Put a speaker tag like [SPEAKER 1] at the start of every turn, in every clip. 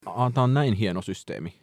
[SPEAKER 1] Tämä on näin hieno systeemi.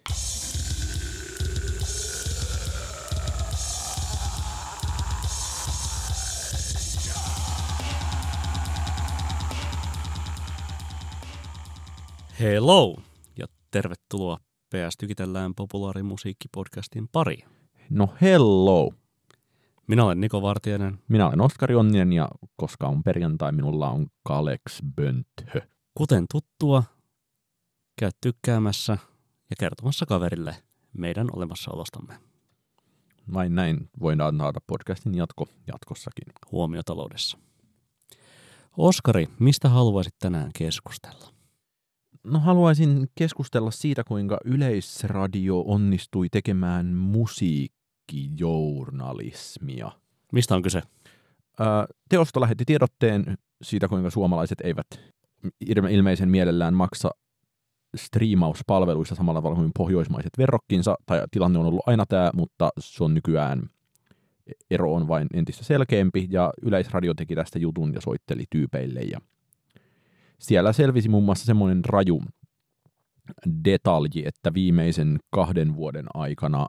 [SPEAKER 2] Hello ja tervetuloa PS Tykitellään populaarimusiikkipodcastin pariin.
[SPEAKER 1] No hello.
[SPEAKER 2] Minä olen Niko Vartiainen.
[SPEAKER 1] Minä olen Oskari Onninen ja koska on perjantai, minulla on Kalex Bönthö.
[SPEAKER 2] Kuten tuttua, käy tykkäämässä ja kertomassa kaverille meidän olemassaolostamme.
[SPEAKER 1] Vain näin voidaan saada podcastin jatkossakin.
[SPEAKER 2] Huomiotaloudessa. Oskari, mistä haluaisit tänään keskustella?
[SPEAKER 1] No haluaisin keskustella siitä, kuinka Yleisradio onnistui tekemään musiikkijournalismia.
[SPEAKER 2] Mistä on kyse?
[SPEAKER 1] Teosto lähetti tiedotteen siitä, kuinka suomalaiset eivät ilmeisen mielellään maksa striimauspalveluissa samalla tavalla kuin pohjoismaiset verrokkinsa. Tai tilanne on ollut aina tämä, mutta se on nykyään, ero on vain entistä selkeämpi. Ja Yleisradio teki tästä jutun ja soitteli tyypeille. Ja siellä selvisi muun muassa semmoinen raju detalji, että viimeisen 2 vuoden aikana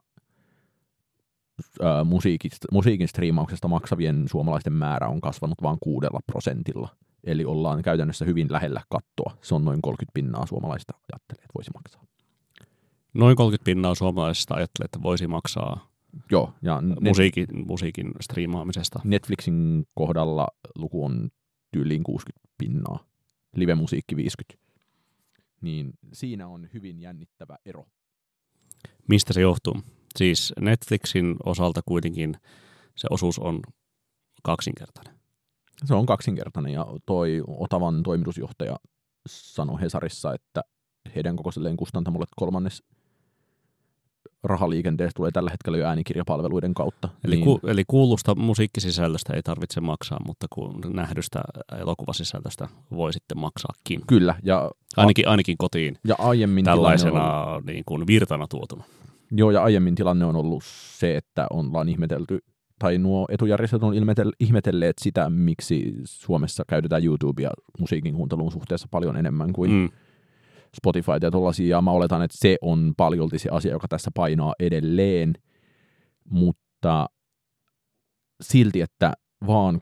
[SPEAKER 1] musiikin striimauksesta maksavien suomalaisten määrä on kasvanut vain 6%. Eli ollaan käytännössä hyvin lähellä kattoa. Se on noin 30% suomalaisista ajattelee, että voisi maksaa.
[SPEAKER 2] Noin 30% suomalaisista ajattelee, että voisi maksaa.
[SPEAKER 1] Joo, ja
[SPEAKER 2] musiikin striimaamisesta.
[SPEAKER 1] Netflixin kohdalla luku on tyyliin 60%, live-musiikki 50%. Niin siinä on hyvin jännittävä ero.
[SPEAKER 2] Mistä se johtuu? Siis Netflixin osalta kuitenkin se osuus on kaksinkertainen.
[SPEAKER 1] Se on kaksinkertainen ja toi Otavan toimitusjohtaja sanoi Hesarissa, että heidän kokoiselleen kustantamolle 1/3 rahaliikenteestä tulee tällä hetkellä jo äänikirjapalveluiden kautta.
[SPEAKER 2] Eli kuullusta musiikkisisällöstä ei tarvitse maksaa, mutta nähdystä elokuvasisällöstä voi sitten maksaakin.
[SPEAKER 1] Kyllä. Ja
[SPEAKER 2] ainakin kotiin
[SPEAKER 1] ja aiemmin
[SPEAKER 2] tällaisena niin kuin virtana tuotuna.
[SPEAKER 1] Joo, ja aiemmin tilanne on ollut se, että ollaan ihmetelty, tai nuo etujärjestöt on ihmetelleet sitä, miksi Suomessa käytetään YouTubea musiikin kuunteluun suhteessa paljon enemmän kuin Spotify ja tollaisia, ja mä oletan, että se on paljolti se asia, joka tässä painaa edelleen, mutta silti, että vaan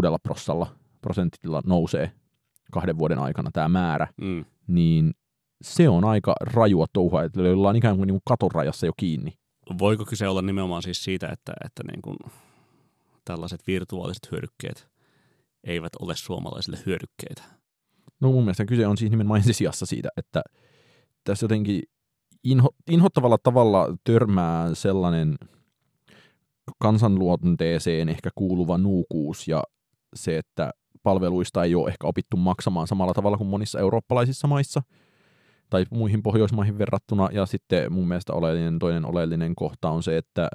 [SPEAKER 1] 6% nousee 2 vuoden aikana tämä määrä, niin se on aika rajua touhua, että ollaan ikään kuin katorajassa jo kiinni.
[SPEAKER 2] Voiko kyse olla nimenomaan siis siitä, että niin kuin tällaiset virtuaaliset hyödykkeet eivät ole suomalaisille hyödykkeitä?
[SPEAKER 1] No mun mielestä kyse on siis nimenomaan ensisijassa siitä, että tässä jotenkin inhottavalla tavalla törmää sellainen kansanluonteeseen ehkä kuuluva nuukuus ja se, että palveluista ei ole ehkä opittu maksamaan samalla tavalla kuin monissa eurooppalaisissa maissa tai muihin Pohjoismaihin verrattuna. Ja sitten mun mielestä toinen oleellinen kohta on se, että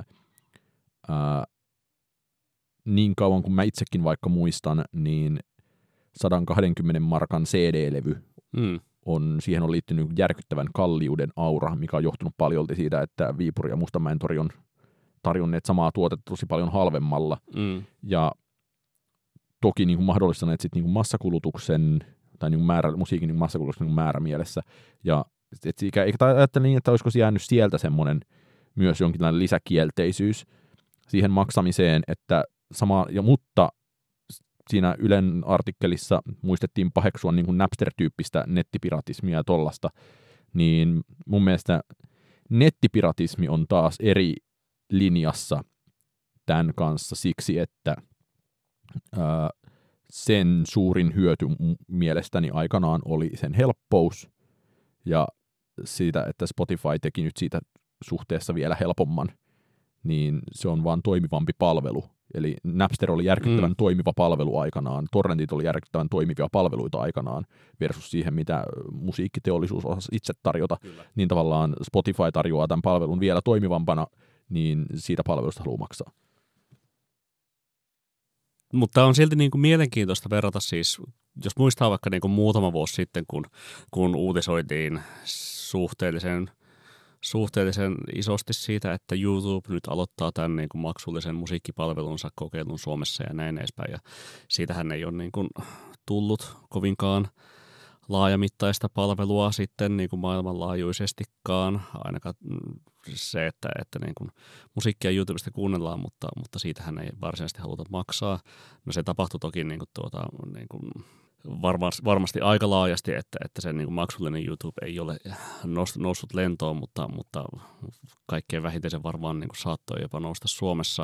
[SPEAKER 1] niin kauan kuin mä itsekin vaikka muistan, niin 120 markan CD-levy siihen on liittynyt järkyttävän kalliuden aura, mikä on johtunut paljolti siitä, että Viipuri ja Mustamäen tori on tarjonneet samaa tuotetta tosi paljon halvemmalla. Ja toki niin kuin mahdollistaneet sit niin kuin massakulutuksen tai niin kuin musiikin niin massakulutuksen niin määrämielessä. Ja eikä ajattele niin, että olisiko jäänyt sieltä semmoinen myös jonkinlainen lisäkielteisyys siihen maksamiseen, että mutta siinä Ylen artikkelissa muistettiin paheksua niin kuin Napster-tyyppistä nettipiratismia ja tollasta, niin mun mielestä nettipiratismi on taas eri linjassa tämän kanssa siksi, että sen suurin hyöty mielestäni aikanaan oli sen helppous ja siitä, että Spotify teki nyt siitä suhteessa vielä helpomman, niin se on vaan toimivampi palvelu. Eli Napster oli järkyttävän toimiva palvelu aikanaan, torrentit oli järkyttävän toimivia palveluita aikanaan versus siihen, mitä musiikkiteollisuus osasi itse tarjota. Kyllä. Niin tavallaan Spotify tarjoaa tämän palvelun vielä toimivampana, niin siitä palvelusta haluaa maksaa.
[SPEAKER 2] Mutta on silti niin kuin mielenkiintoista verrata siis, jos muistaa vaikka niin kuin muutama vuosi sitten, kun uutisoitiin suhteellisen isosti siitä, että YouTube nyt aloittaa tämän niin kuin maksullisen musiikkipalvelunsa kokeilun Suomessa ja näin edespäin. Ja siitähän ei ole niin kuin tullut kovinkaan laajamittaista palvelua sitten niin kuin maailmanlaajuisestikaan, ainakaan se, että niin kuin musiikkia YouTubesta kuunnellaan, mutta siitähän ei varsinaisesti haluta maksaa. No se tapahtui toki niin kuin varmasti aika laajasti, että se niin kuin maksullinen YouTube ei ole noussut lentoon, mutta kaikkein vähiten se varmaan niin kuin saattoi jopa nousta Suomessa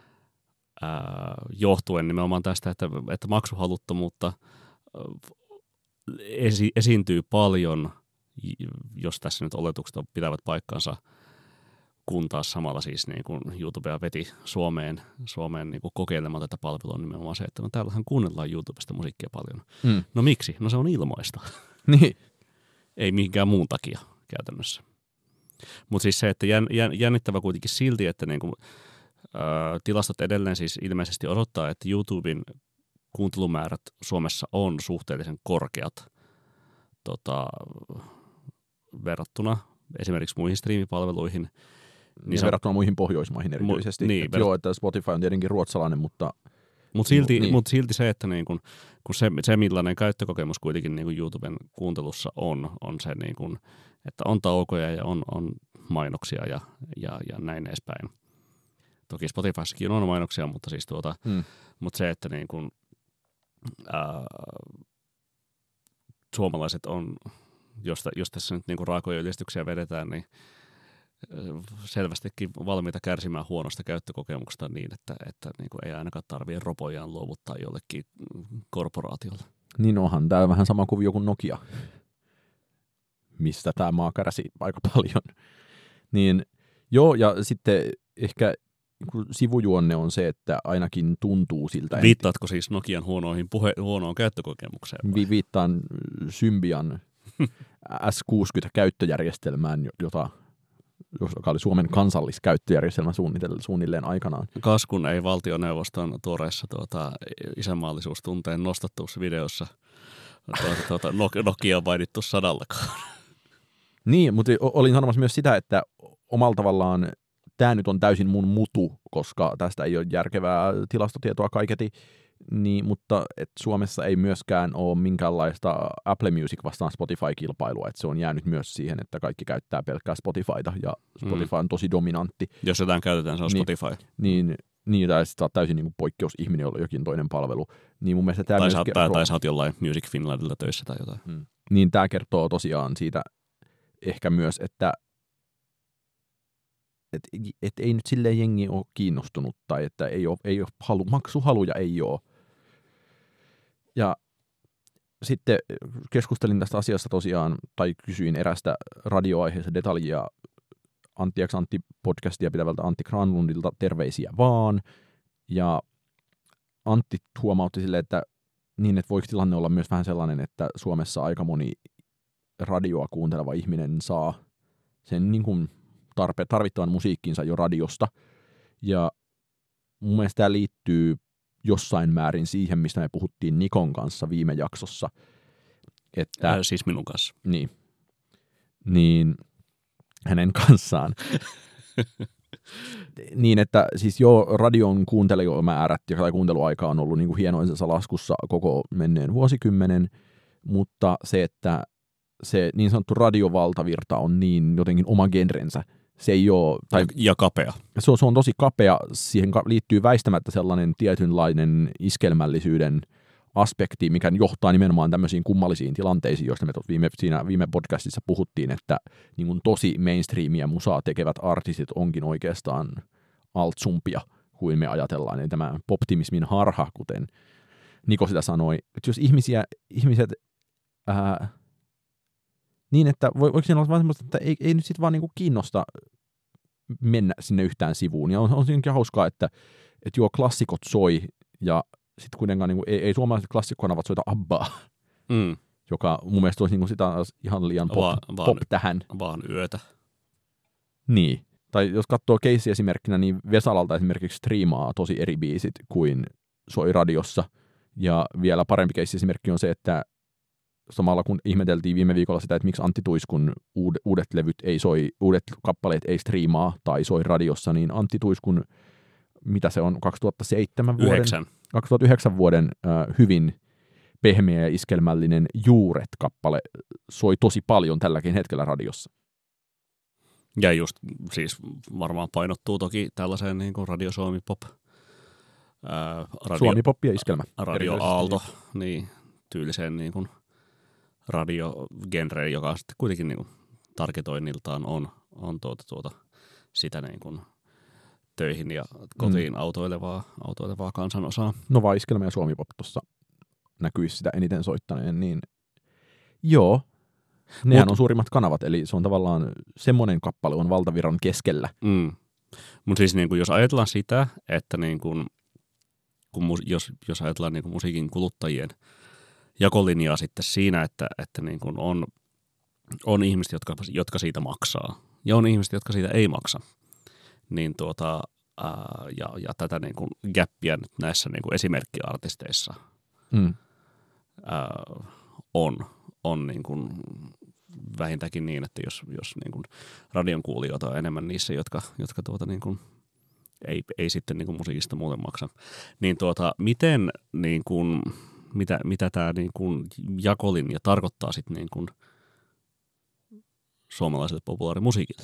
[SPEAKER 2] johtuen nimenomaan tästä, että maksuhaluttomuutta esiintyy paljon, jos tässä nyt oletukset pitävät paikkansa, kun taas samalla siis niin kuin YouTubea veti Suomeen niin kuin kokeilemaan tätä palvelua nimenomaan se, että no täällähän kuunnellaan YouTubesta musiikkia paljon. No miksi? No se on ilmaista.
[SPEAKER 1] Niin.
[SPEAKER 2] Ei mihinkään muun takia käytännössä. Mutta siis se, että jännittävä kuitenkin silti, että niin kuin, tilastot edelleen siis ilmeisesti osoittaa, että YouTuben kuuntelumäärät Suomessa on suhteellisen korkeat verrattuna esimerkiksi muihin striimipalveluihin.
[SPEAKER 1] Niin verrattuna muihin Pohjoismaihin erityisesti. Joo, että Spotify on tietenkin ruotsalainen, mutta...
[SPEAKER 2] Mutta silti se, että niin kun se millainen käyttökokemus kuitenkin niin kun YouTuben kuuntelussa on se, niin kun, että on taukoja ja on mainoksia ja näin edespäin. Toki Spotifyssakin on mainoksia, mutta siis mutta se, että niin kun, suomalaiset on, jos tässä nyt niin kun raakoja ylistyksiä vedetään, niin selvästikin valmiita kärsimään huonosta käyttökokemuksesta niin, että niin kuin ei ainakaan tarvitse robojaan luovuttaa jollekin korporaatiolle.
[SPEAKER 1] Niin onhan tämä vähän sama kuvio kuin Nokia, mistä tämä maa kärsi aika paljon. Niin joo, ja sitten ehkä sivujuonne on se, että ainakin tuntuu siltä.
[SPEAKER 2] Viittaatko siis Nokian huonoon käyttökokemukseen?
[SPEAKER 1] Viittaan Symbian S60-käyttöjärjestelmään, joka oli Suomen kansalliskäyttöjärjestelmä suunnilleen aikanaan.
[SPEAKER 2] Kas kun ei valtioneuvoston tuoreessa isänmaallisuustunteen nostattuussa videossa Nokia mainittu sadallakaan.
[SPEAKER 1] Niin, mutta olin sanomassa myös sitä, että omalla tavallaan tämä nyt on täysin mun mutu, koska tästä ei ole järkevää tilastotietoa kaiketi, niin, mutta Suomessa ei myöskään ole minkäänlaista Apple Music vastaan Spotify-kilpailua, että se on jäänyt myös siihen, että kaikki käyttää pelkkää Spotifyta, ja Spotify on tosi dominantti.
[SPEAKER 2] Jos jotain käytetään, se on Spotify.
[SPEAKER 1] Niin tai sitten olet täysin niin poikkeusihminen, jolla on jokin toinen palvelu. Niin mun mielestä tämä
[SPEAKER 2] tai sä oot jollain Music Finlandilla töissä tai jotain.
[SPEAKER 1] Niin tämä kertoo tosiaan siitä ehkä myös, että ei nyt silleen jengi ole kiinnostunut, tai että ei ole maksuhaluja ei ole. Ja sitten keskustelin tästä asiasta tosiaan, tai kysyin erästä radioaiheessa detaljia Antti X Antti-podcastia pitävältä Antti Granlundilta, terveisiä vaan. Ja Antti huomautti silleen, että voiko tilanne olla myös vähän sellainen, että Suomessa aika moni radioa kuunteleva ihminen saa sen niin kuin tarvittavan musiikkinsa jo radiosta. Ja mun mielestä tämä liittyy jossain määrin siihen, mistä me puhuttiin Nikon kanssa viime jaksossa. Että,
[SPEAKER 2] siis minun kanssa.
[SPEAKER 1] Niin hänen kanssaan. Niin, että siis radion kuuntelijamäärät ja kuunteluaika on ollut niin kuin hienoisessa laskussa koko menneen vuosikymmenen, mutta se, että se niin sanottu radiovaltavirta on niin jotenkin oma genrensä, se ei ole...
[SPEAKER 2] Ja kapea.
[SPEAKER 1] Se on tosi kapea. Siihen liittyy väistämättä sellainen tietynlainen iskelmällisyyden aspekti, mikä johtaa nimenomaan tämmöisiin kummallisiin tilanteisiin, joista me viime podcastissa puhuttiin, että niin kuin tosi mainstreamia musaa tekevät artistit onkin oikeastaan altsumpia, kuin me ajatellaan. Eli tämä poptimismin harha, kuten Niko sitä sanoi. Että jos ihmiset... niin, että voiko siinä olla vaan semmoista, että ei nyt sitten vaan niinku kiinnosta mennä sinne yhtään sivuun. Ja on siinäkin hauskaa, että klassikot soi, ja sitten kuitenkaan niinku, ei suomalaiset klassikkokanavat soita Abbaa, joka mun mielestä olisi niinku sitä ihan liian pop tähän.
[SPEAKER 2] Vaan yötä.
[SPEAKER 1] Niin. Tai jos katsoo case-esimerkkinä, niin Vesalalta esimerkiksi striimaa tosi eri biisit kuin soi radiossa. Ja vielä parempi case-esimerkki on se, että samalla kun ihmeteltiin viime viikolla sitä, että miksi Antti Tuiskun uudet levyt ei soi, uudet kappaleet ei striimaa tai soi radiossa, niin Antti Tuiskun, mitä se on, 2009 vuoden hyvin pehmeä ja iskelmällinen Juuret-kappale soi tosi paljon tälläkin hetkellä radiossa.
[SPEAKER 2] Ja just siis varmaan painottuu toki tällaiseen niin kuin Radio Suomi Pop.
[SPEAKER 1] Suomi Pop ja iskelmä.
[SPEAKER 2] Radio Aalto, niin tyyliseen niin kuin radiogenreen, joka sitten kuitenkin niin kuin targetoinniltaan on sitä niin kuin töihin ja kotiin autoilevaa kansanosaa.
[SPEAKER 1] Nova Iskelmä ja Suomi Pop tuossa näkyisi sitä eniten soittaneen, niin joo, nehän on suurimmat kanavat, eli se on tavallaan semmoinen kappale on valtavirran keskellä.
[SPEAKER 2] Mutta siis niin kuin, jos ajatellaan sitä, että niin kuin, jos ajatellaan niin kuin musiikin kuluttajien jakolinjaa sitten siinä, että niin kuin on ihmiset, jotka siitä maksaa, ja on ihmiset, jotka siitä ei maksa, niin ja tätä niin kuin gappia nyt näissä niin kuin esimerkkiartisteissa on niin kuin vähintäänkin niin, että jos niin kuin radion kuulijoita on enemmän niissä, jotka niin kuin ei sitten niin kuin musiikista muuten maksa, niin miten niin kuin mitä tämä niin kuin jakolinja tarkoittaa sitten niin kuin suomalaiselle populaarimusiikille?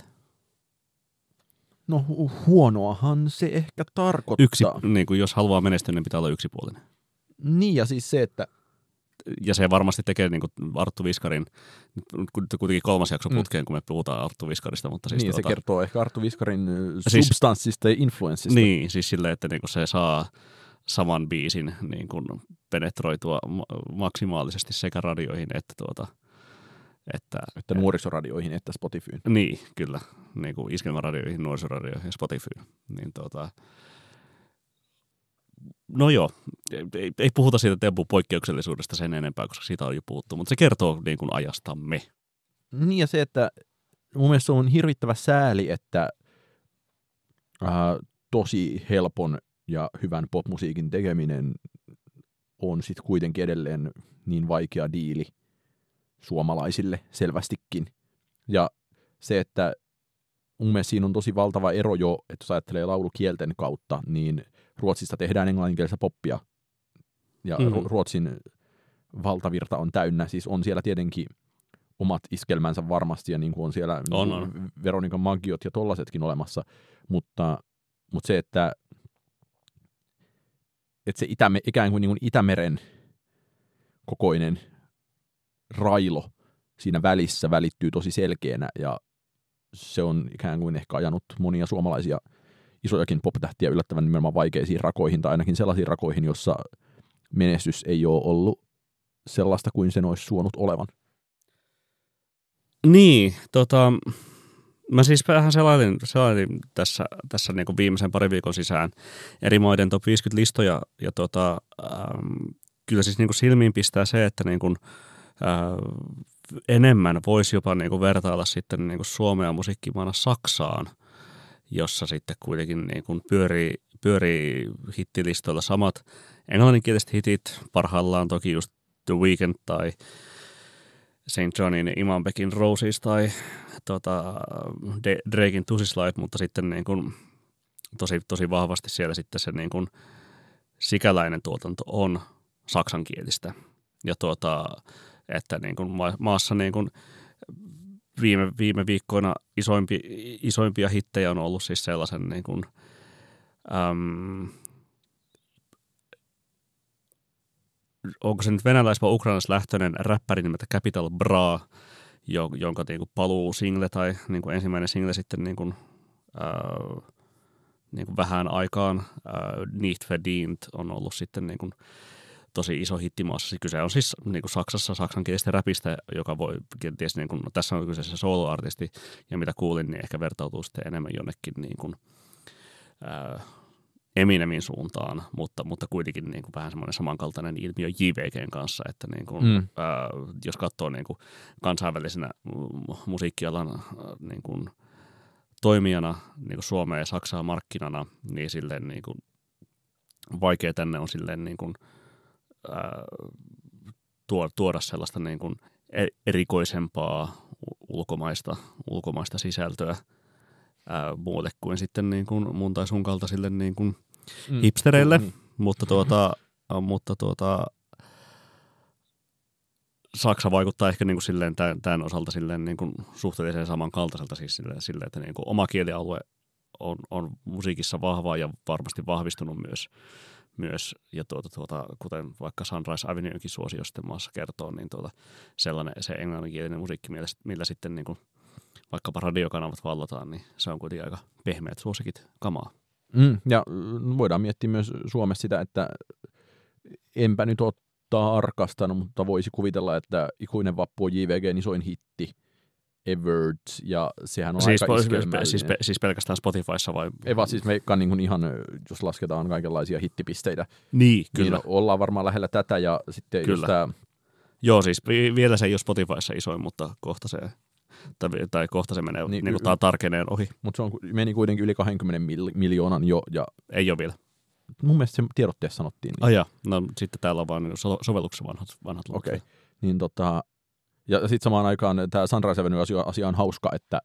[SPEAKER 1] No huonoahan se ehkä tarkoittaa.
[SPEAKER 2] Niin kuin jos haluaa menestyä, niin pitää olla yksipuolinen.
[SPEAKER 1] Niin, ja siis se, että
[SPEAKER 2] ja se varmasti tekee niin kuin Arttu Viskarin, kuitenkin 3. jakso putkeen, kun me puhutaan Arttu Viskarista. Mutta siis
[SPEAKER 1] niin, se kertoo ehkä Arttu Viskarin substanssista ja influenssista.
[SPEAKER 2] Niin, siis silleen, että niin kuin se saa saman biisin niin kuin penetroitua maksimaalisesti sekä radioihin että
[SPEAKER 1] nuorisoradioihin että Spotifyyn.
[SPEAKER 2] Niin, kyllä. Niin kuin iskelmäradioihin, nuorisoradioihin ja Spotifyyn. Niin no joo, ei puhuta siitä tempun poikkeuksellisuudesta sen enempää, koska siitä on jo puhuttu, mutta se kertoo niin kuin ajastamme.
[SPEAKER 1] Niin ja se, että mun mielestä on hirvittävä sääli, että tosi helpon ja hyvän popmusiikin tekeminen on sitten kuitenkin edelleen niin vaikea diili suomalaisille selvästikin. Ja se, että mun mielestä siinä on tosi valtava ero jo, että jos ajattelee laulukielten kautta, niin Ruotsista tehdään englanninkielistä poppia. Ja Ruotsin valtavirta on täynnä. Siis on siellä tietenkin omat iskelmänsä varmasti, ja niin kuin on siellä Veronika Maggiot ja tollasetkin olemassa. Mutta se, että se ikään kuin Itämeren kokoinen railo siinä välissä välittyy tosi selkeänä, ja se on ikään kuin ehkä ajanut monia suomalaisia isojakin pop-tähtiä yllättävän nimenomaan vaikeisiin rakoihin, tai ainakin sellaisiin rakoihin, jossa menestys ei ole ollut sellaista kuin sen olisi suonut olevan.
[SPEAKER 2] Niin, mä siis vähän selailin tässä niin kuin viimeisen parin viikon sisään eri maiden top 50 listoja, ja kyllä siis niin kuin silmiin pistää se, että niin kuin, enemmän voisi jopa niin kuin vertailla sitten niin kuin Suomea musiikkimaana Saksaan, jossa sitten kuitenkin niin kuin pyörii hittilistoilla samat englanninkieliset hitit, parhaillaan toki just The Weeknd tai St. Johnin Imam Bekin Roses tai Drakein Tusi Slide, mutta sitten niin kuin tosi vahvasti siellä sitten se niin kuin sikäläinen tuotanto on saksankielistä. Ja että niin kuin maassa niin kuin viime viikkoina isoimpia hittejä on ollut siis sellaisen niin kuin, onko se nyt venäläis- vai ukrainalaislähtöinen räppäri nimeltä Capital Bra, jonka niin kuin paluu single tai niin kuin ensimmäinen single sitten niin kuin vähän aikaan Nicht Verdient on ollut sitten niin kuin tosi iso hittimaassa. Kyse on siis niin kuin Saksassa saksankielistä räpistä, joka voi kenties, niin kuin, no tässä on kyseessä soloartisti, ja mitä kuulin, niin ehkä vertautuu sitten enemmän jonnekin niin kuin, Eminemin suuntaan, mutta kuitenkin niin kuin vähän semmoinen samankaltainen ilmiö JVGn kanssa, että niin kuin, jos katsoo niin kuin kansainvälisenä musiikkialan niin kuin toimijana niin kuin Suomea ja Saksaa markkinana, niin silleen niin kuin vaikea tänne on silleen niin kuin tuoda sellaista niin kuin erikoisempaa ulkomaista sisältöä muulle kuin sitten niin kuin mun tai sun kaltaisille niin kuin hipstereille, mutta Saksa vaikuttaa ehkä niin kuin silleen tämän osalta silleen niin kuin suhteellisen samankaltaiselta, siis silleen, että niin kuin oma kielialue on musiikissa vahvaa ja varmasti vahvistunut myös ja kuten vaikka Sunrise Avenue-kin suosio sitten maassa kertoo, niin sellainen se englanninkielinen musiikki, millä sitten niin kuin vaikkapa radiokanavat vallataan, niin se on kuitenkin aika pehmeät suosikit kamaa.
[SPEAKER 1] Ja voidaan miettiä myös Suomessa sitä, että enpä nyt ole tarkastanut, mutta voisi kuvitella, että Ikuinen vappu on JVG:n isoin hitti ever, ja sehän on siis aika iskelmällinen.
[SPEAKER 2] Siis pelkästään Spotifyssa vai?
[SPEAKER 1] Ei vaan siis meikkaan niin ihan, jos lasketaan kaikenlaisia hittipisteitä.
[SPEAKER 2] Niin, kyllä.
[SPEAKER 1] Niin ollaan varmaan lähellä tätä, ja sitten
[SPEAKER 2] kyllä.
[SPEAKER 1] just tämä...
[SPEAKER 2] Joo, siis vielä se ei ole Spotifyssa isoin, mutta kohta se menee, niin kuin tarkeneen ohi.
[SPEAKER 1] Mutta se meni kuitenkin yli 20 miljoonan jo. Ja
[SPEAKER 2] ei ole vielä.
[SPEAKER 1] Mun mielestä se tiedotteessa sanottiin. Niin.
[SPEAKER 2] No sitten täällä on vaan niin sovelluksessa vanhat luvut.
[SPEAKER 1] Okei. Niin ja sitten samaan aikaan tämä Sunrise Avenue-asia on hauska, että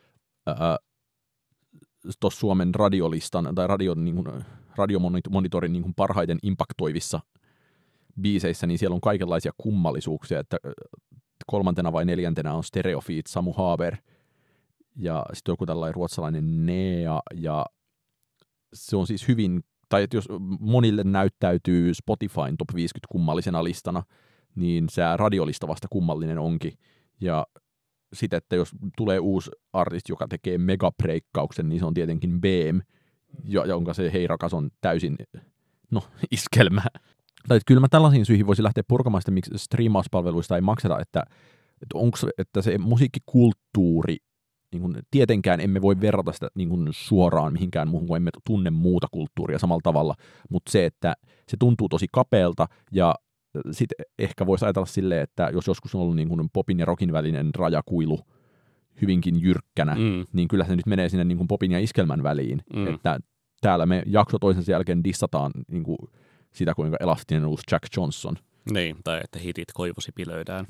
[SPEAKER 1] tuossa Suomen radiolistan tai radiomonitorin niin kuin parhaiten impaktoivissa biiseissä, niin siellä on kaikenlaisia kummallisuuksia, että 3. vai 4. on Stereofeat, Samu Haber, ja sitten joku tällainen ruotsalainen Nea, ja se on siis hyvin, tai jos monille näyttäytyy Spotifyn top 50 kummallisena listana, niin se radiolista vasta kummallinen onkin, ja sitten, että jos tulee uusi artisti, joka tekee megapreikkauksen, niin se on tietenkin BM, jonka se hei rakas on täysin, iskelmä. Tai kyllä mä tällaisiin syihin voisin lähteä purkamaan sitä, miksi striimauspalveluista ei makseta, että se musiikkikulttuuri, niin kun, tietenkään emme voi verrata sitä niin kun suoraan mihinkään muuhun, kun emme tunne muuta kulttuuria samalla tavalla, mutta se, että se tuntuu tosi kapealta, ja sitten ehkä voisi ajatella silleen, että jos joskus on ollut niin kun popin ja rockin välinen rajakuilu hyvinkin jyrkkänä, niin kyllä se nyt menee sinne niin kun popin ja iskelmän väliin, että täällä me jakso toisensa jälkeen dissataan niin kun sitä, kuinka elastinen uusi Jack Johnson.
[SPEAKER 2] Niin, tai että hitit koivusipilöidään.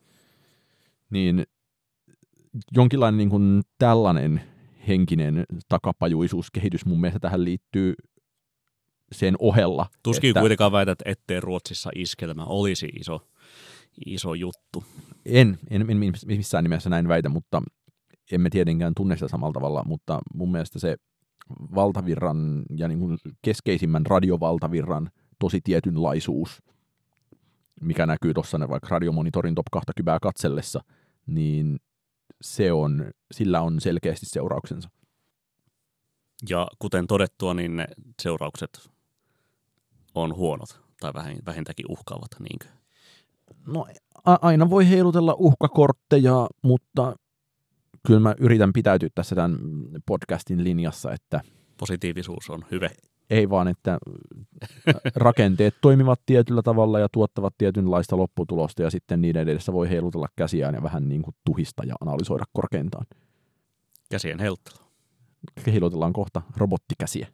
[SPEAKER 1] Niin jonkinlainen niin kuin tällainen henkinen takapajuisuuskehitys mun mielestä tähän liittyy sen ohella.
[SPEAKER 2] Tuskin kuitenkaan väität, ettei Ruotsissa iskelmä olisi iso juttu.
[SPEAKER 1] En missään nimessä näin väitä, mutta emme tietenkään tunne sitä samalla tavalla, mutta mun mielestä se valtavirran ja niin kuin keskeisimmän radiovaltavirran tosi tietynlaisuus, mikä näkyy tuossa vaikka radiomonitorin top 20 katsellessa, niin sillä on selkeästi seurauksensa.
[SPEAKER 2] Ja kuten todettua, niin ne seuraukset on huonot tai vähintäänkin uhkaavat, niinkö?
[SPEAKER 1] No aina voi heilutella uhkakortteja, mutta kyllä mä yritän pitäytyä tässä tämän podcastin linjassa, että
[SPEAKER 2] positiivisuus on hyvä.
[SPEAKER 1] Ei vaan, että rakenteet toimivat tietyllä tavalla ja tuottavat tietynlaista lopputulosta, ja sitten niiden edessä voi heilutella käsiään ja vähän niin kuin tuhista ja analysoida korkeintaan.
[SPEAKER 2] Käsien heiluttelu.
[SPEAKER 1] Heilutellaan kohta robottikäsiä.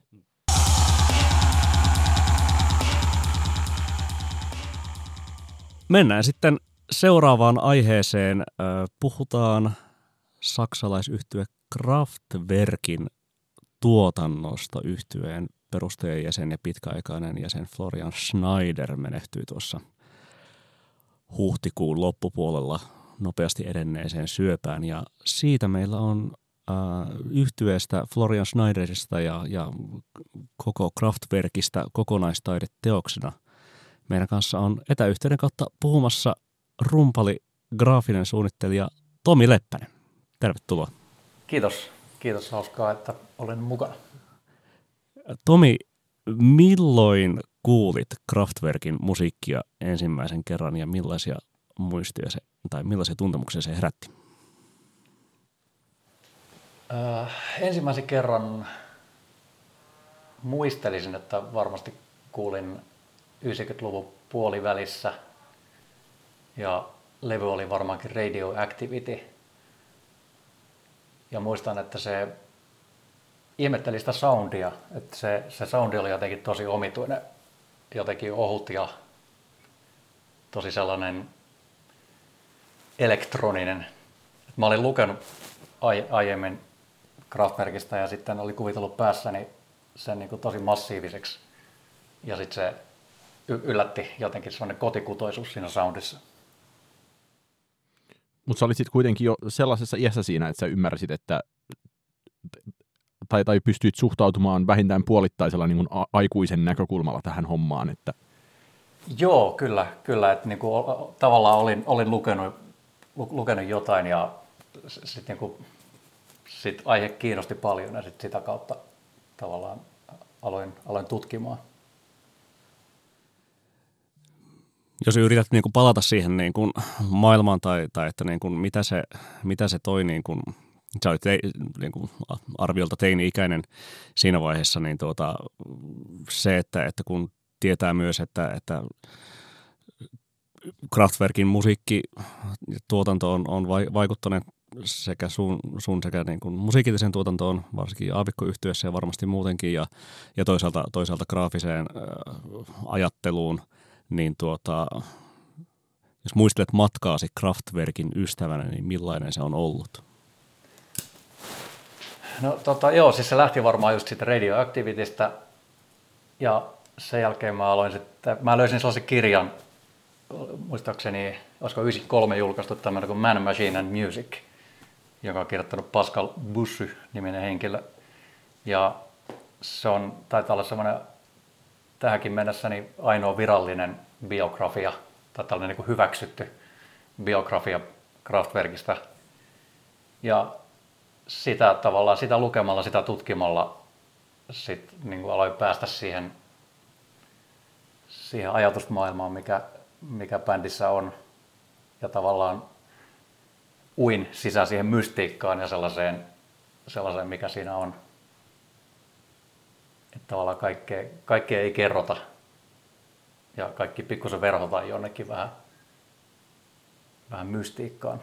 [SPEAKER 2] Mennään sitten seuraavaan aiheeseen. Puhutaan saksalaisyhtye Kraftwerkin tuotannosta. Yhtyeen perustajajäsen ja pitkäaikainen jäsen Florian Schneider menehtyi tuossa huhtikuun loppupuolella nopeasti edenneeseen syöpään. Ja siitä meillä on yhtyeestä, Florian Schneiderista ja koko Kraftwerkistä kokonaistaideteoksena. Meidän kanssa on etäyhteyden kautta puhumassa rumpali, graafinen suunnittelija Tomi Leppänen. Tervetuloa.
[SPEAKER 3] Kiitos, hauskaa, että olen mukana.
[SPEAKER 2] Tomi, milloin kuulit Kraftwerkin musiikkia ensimmäisen kerran ja millaisia muistoja tai millaisia tuntemuksia se herätti?
[SPEAKER 3] Ensimmäisen kerran muistelisin, että varmasti kuulin 90-luvun puolivälissä ja levy oli varmaankin Radioactivity. Ja muistan, että se ihmetteli sitä soundia, että se soundi oli jotenkin tosi omituinen, jotenkin ohut ja tosi sellainen elektroninen. Mä olin lukenut aiemmin Kraftwerkista ja sitten oli kuvitellut päässäni sen niin kuin tosi massiiviseksi. Ja sitten se yllätti jotenkin sellainen kotikutoisuus siinä soundissa.
[SPEAKER 1] Mutta sä olit sitten kuitenkin jo sellaisessa iässä siinä, että sä ymmärsit, että tai pystyit suhtautumaan vähintään puolittaisella niin kuin aikuisen näkökulmalla tähän hommaan. Että...
[SPEAKER 3] Joo, kyllä. Että niin kuin, tavallaan olin lukenut jotain ja sitten niin sit aihe kiinnosti paljon ja sit sitä kautta tavallaan aloin tutkimaan.
[SPEAKER 2] Jos yrität niin kuin palata siihen niin kuin maailmaan tai että niin kuin mitä se toi, niin kuin, sä olit niin kuin arviolta teini-ikäinen siinä vaiheessa, niin se, että kun tietää myös, että Kraftwerkin musiikkituotanto on vaikuttanut sekä sun sekä niin kuin musiikilliseen tuotantoon, varsinkin aavikkoyhtyessä ja varmasti muutenkin, ja toisaalta graafiseen ajatteluun, niin jos muistelet matkaasi Kraftwerkin ystävänä, niin millainen se on ollut?
[SPEAKER 3] No joo, siis se lähti varmaan just siitä Radioactivitystä, ja sen jälkeen mä löysin sellaisen kirjan, muistaakseni, olisiko 93 julkaistu tämmöinen kuin Man, Machine and Music, joka on kirjoittanut Pascal Bussy-niminen henkilö. Ja se taitaa olla semmoinen tähänkin mennessä niin ainoa virallinen biografia, tai tällainen niin kuin hyväksytty biografia Kraftwerkista. Ja sitä lukemalla, sitä tutkimalla sit niin kuin aloin päästä siihen ajatusmaailmaan, mikä bändissä on, ja tavallaan uin sisään siihen mystiikkaan ja sellaiseen mikä siinä on. Että tavallaan kaikkea ei kerrota, ja kaikki pikkusen verhotaan jonnekin vähän mystiikkaan.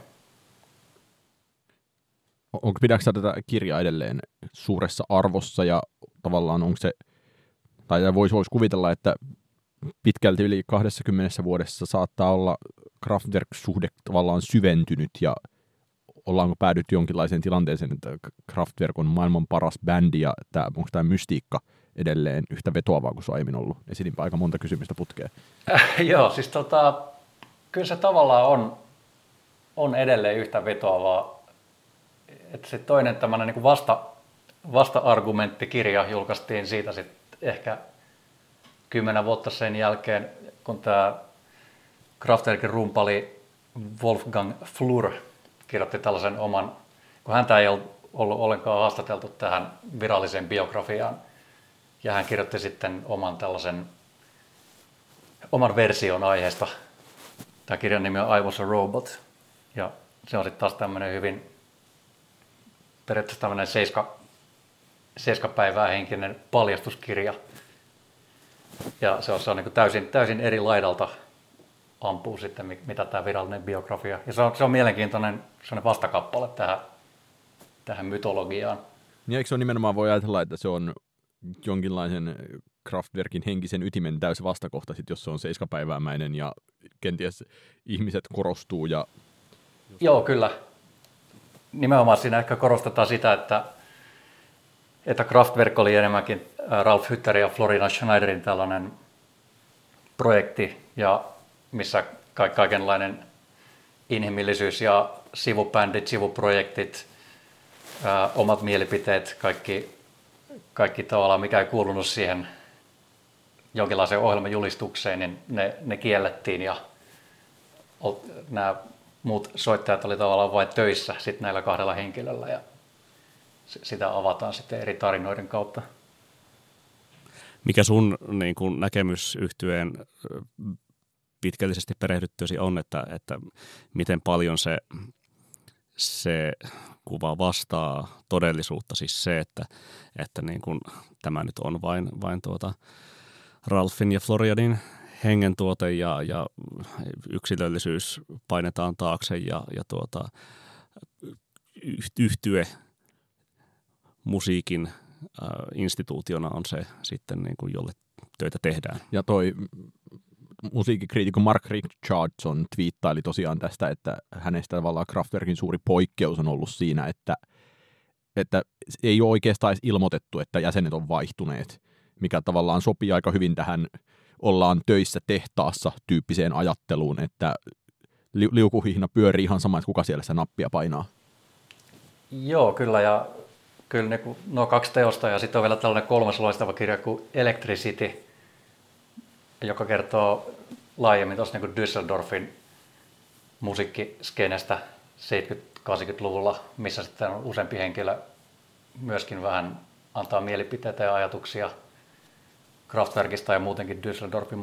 [SPEAKER 1] Pidätkö tätä kirjaa edelleen suuressa arvossa, ja tavallaan onko se, tai voisi kuvitella, että pitkälti yli 20 vuodessa saattaa olla Kraftwerk-suhde tavallaan syventynyt, ja ollaanko päädytty jonkinlaiseen tilanteeseen, että Kraftwerk on maailman paras bändi, ja onko tämä mystiikka edelleen yhtä vetoavaa kuin se on aiemmin ollut? Esitinpä aika monta kysymystä putkeen.
[SPEAKER 3] Joo, siis kyllä se tavallaan on edelleen yhtä vetoavaa. Että se toinen tämmöinen niin vasta-argumenttikirja julkaistiin siitä sitten ehkä 10 vuotta sen jälkeen, kun tämä Kraftwerkin rumpali Wolfgang Flür kirjoitti tällaisen oman, kun häntä ei ollut ollenkaan haastateltu tähän viralliseen biografiaan, ja hän kirjoitti sitten oman version aiheesta. Tämä kirjan nimi on I Was a Robot, ja se on sitten taas tämmöinen hyvin periaatteessa tämmöinen 7 päivää henkinen paljastuskirja. Ja se on niin kuin täysin eri laidalta ampuu sitten, mitä tämä virallinen biografia. Ja se on mielenkiintoinen vastakappale tähän mytologiaan.
[SPEAKER 1] Niin eikö se ole nimenomaan, voi ajatella, että se on jonkinlaisen Kraftwerkin henkisen ytimen täysi vastakohta, sit, jos se on 7-päivämäinen ja kenties ihmiset korostuu.
[SPEAKER 3] Joo, kyllä. Nimenomaan siinä ehkä korostetaan sitä, että Kraftwerk oli enemmänkin Ralf Hütterin ja Florina Schneiderin tällainen projekti, ja missä kaikenlainen inhimillisyys ja sivubändit, sivuprojektit, omat mielipiteet, kaikki tavallaan mikä ei kuulunut siihen jonkinlaiseen ohjelmajulistukseen, niin ne kiellettiin, ja nämä muut soittajat oli tavallaan vain töissä sitten näillä 2 henkilöllä, ja sitä avataan sitten eri tarinoiden kautta.
[SPEAKER 2] Mikä sun niin kun näkemys yhtyeen pitkällisesti perehdyttyäsi on, että miten paljon se kuva vastaa todellisuutta, siis se, että niin kun tämä nyt on vain Ralfin ja Florianin hengen tuote ja yksilöllisyys painetaan taakse ja yhtye musiikin instituutiona on se sitten, niin kuin, jolle töitä tehdään.
[SPEAKER 1] Ja toi musiikkikriitikko Mark Richardson twiittaili tosiaan tästä, että hänestä tavallaan Kraftwerkin suuri poikkeus on ollut siinä, että ei ole oikeastaan edes ilmoitettu, että jäsenet on vaihtuneet, mikä tavallaan sopii aika hyvin tähän ollaan töissä tehtaassa tyyppiseen ajatteluun, että liukuhihna pyörii ihan sama, että kuka siellä sitä nappia painaa.
[SPEAKER 3] Joo, kyllä, ja kyllä niin nuo 2 teosta, ja sitten on vielä tällainen 3. loistava kirja kuin Electricity, joka kertoo laajemmin tuossa niin Düsseldorfin musiikkiskenestä 70-80-luvulla, missä sitten on useampi henkilö myöskin vähän antaa mielipiteitä ja ajatuksia Kraftwerkista ja muutenkin Düsseldorfin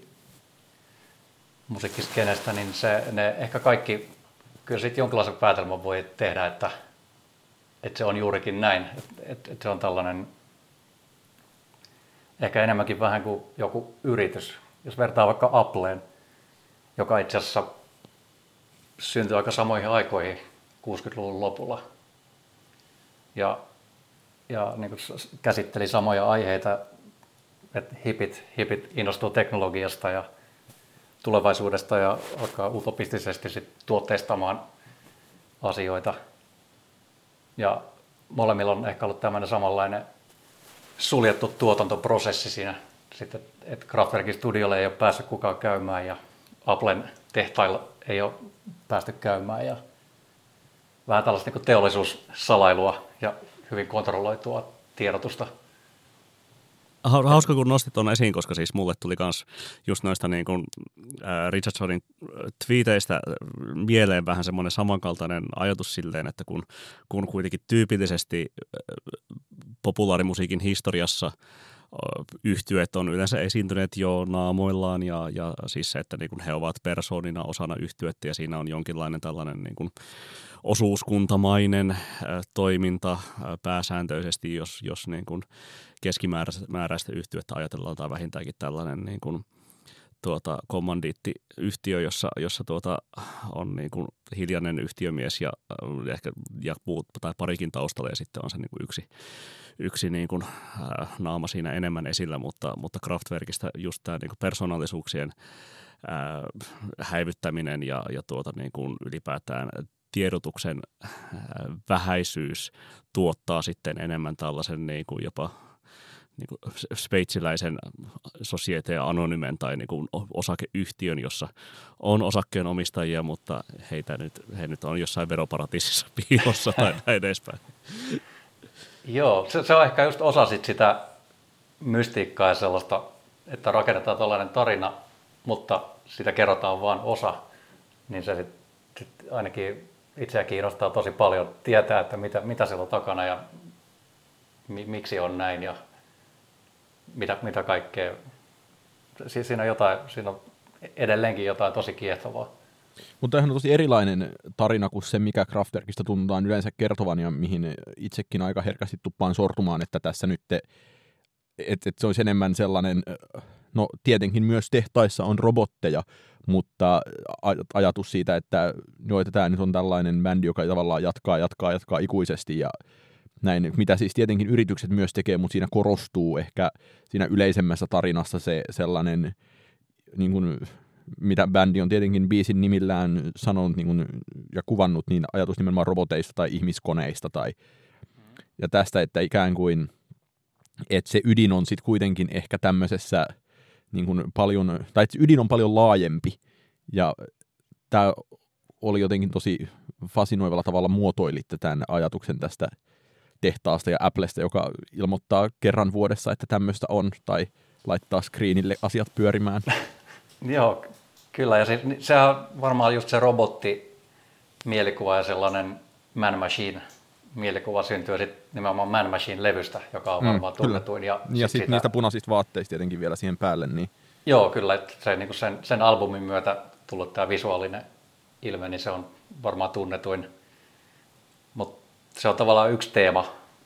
[SPEAKER 3] musiikkiskenestä, niin ne ehkä kaikki, kyllä sitten jonkinlaisen päätelmän voi tehdä, että se on juurikin näin, että se on tällainen ehkä enemmänkin vähän kuin joku yritys. Jos vertaa vaikka Appleen, joka itse asiassa syntyi aika samoihin aikoihin 60-luvun lopulla ja niin kuin käsitteli samoja aiheita, että hipit innostuu teknologiasta ja tulevaisuudesta ja alkaa utopistisesti sit tuotteistamaan asioita. Ja molemmilla on ehkä ollut tämmöinen samanlainen suljettu tuotantoprosessi siinä, sitten, että Kraftwerkin studiolle ei ole päässyt kukaan käymään ja Applen tehtailla ei ole päästy käymään ja vähän tällaista niin kuin teollisuussalailua ja hyvin kontrolloitua tiedotusta.
[SPEAKER 2] Hauska, kun nostit tuon esiin, koska siis mulle tuli myös just noista niin kuin Richardsonin twiiteistä mieleen vähän semmoinen samankaltainen ajatus silleen, että kun kuitenkin tyypillisesti populaarimusiikin historiassa yhtyeet on yleensä esiintyneet jo naamoillaan ja siis se, että niin kuin he ovat persoonina osana yhtyettä ja siinä on jonkinlainen tällainen niin kuin osuuskuntamainen toiminta pääsääntöisesti, jos niin kuin keskimääräistä yhtyettä ajatellaan tai vähintäänkin tällainen niin kuin kommandiittiyhtiö, jossa on niin kuin hiljainen yhtiömies ja ehkä tai parikin taustalla ja sitten on se niin kuin yksi niin kuin, naama siinä enemmän esillä, mutta Kraftwerkistä just tämä niin kuin persoonallisuuksien häivyttäminen ja niin kuin ylipäätään tiedotuksen vähäisyys tuottaa sitten enemmän tällaisen niin kuin jopa niin kuin sveitsiläisen Societe Anonymen tai niin kuin osakeyhtiön, jossa on osakkeenomistajia, mutta he nyt on jossain veroparatiisissa piilossa tai näin edespäin.
[SPEAKER 3] Joo, se on ehkä just osa sitä mystiikkaa ja sellaista, että rakennetaan tällainen tarina, mutta sitä kerrotaan vain osa, niin se sit ainakin itseä kiinnostaa tosi paljon tietää, että mitä siellä on takana ja miksi on näin ja mitä kaikkea. Siinä on edelleenkin jotain tosi kiehtovaa.
[SPEAKER 1] Mutta tämähän on tosi erilainen tarina kuin se, mikä Kraftwerkista tunnutaan yleensä kertovan ja mihin itsekin aika herkästi tuppaan sortumaan, että tässä nyt, että se olisi enemmän sellainen, no tietenkin myös tehtaissa on robotteja, mutta ajatus siitä, että tämä nyt on tällainen bändi, joka tavallaan jatkaa ikuisesti ja näin, mitä siis tietenkin yritykset myös tekee, mutta siinä korostuu ehkä siinä yleisemmässä tarinassa se sellainen, niin kuin, mitä bändi on tietenkin biisin nimillään sanonut niin kuin, ja kuvannut, niin ajatus nimenomaan roboteista tai ihmiskoneista. Ja tästä, että ikään kuin, että se ydin on sitten kuitenkin ehkä tämmöisessä niin kuin paljon, tai että ydin on paljon laajempi. Ja tämä oli jotenkin tosi fasinoivalla tavalla muotoilitte tämän ajatuksen tästä tehtaasta ja Applesta, joka ilmoittaa kerran vuodessa, että tämmöistä on, tai laittaa screenille asiat pyörimään.
[SPEAKER 3] Joo, kyllä. Ja sehän on varmaan just se robotti-mielikuva ja sellainen Man-Machine-mielikuva syntyy sitten nimenomaan Man-Machine-levystä, joka on varmaan tunnetuin.
[SPEAKER 1] Ja sitten niistä punaisista vaatteista tietenkin vielä siihen päälle. Niin.
[SPEAKER 3] Joo, kyllä. Että se, niin sen albumin myötä tullut tämä visuaalinen ilme, niin se on varmaan tunnetuin. Mutta se on tavallaan yksi teema,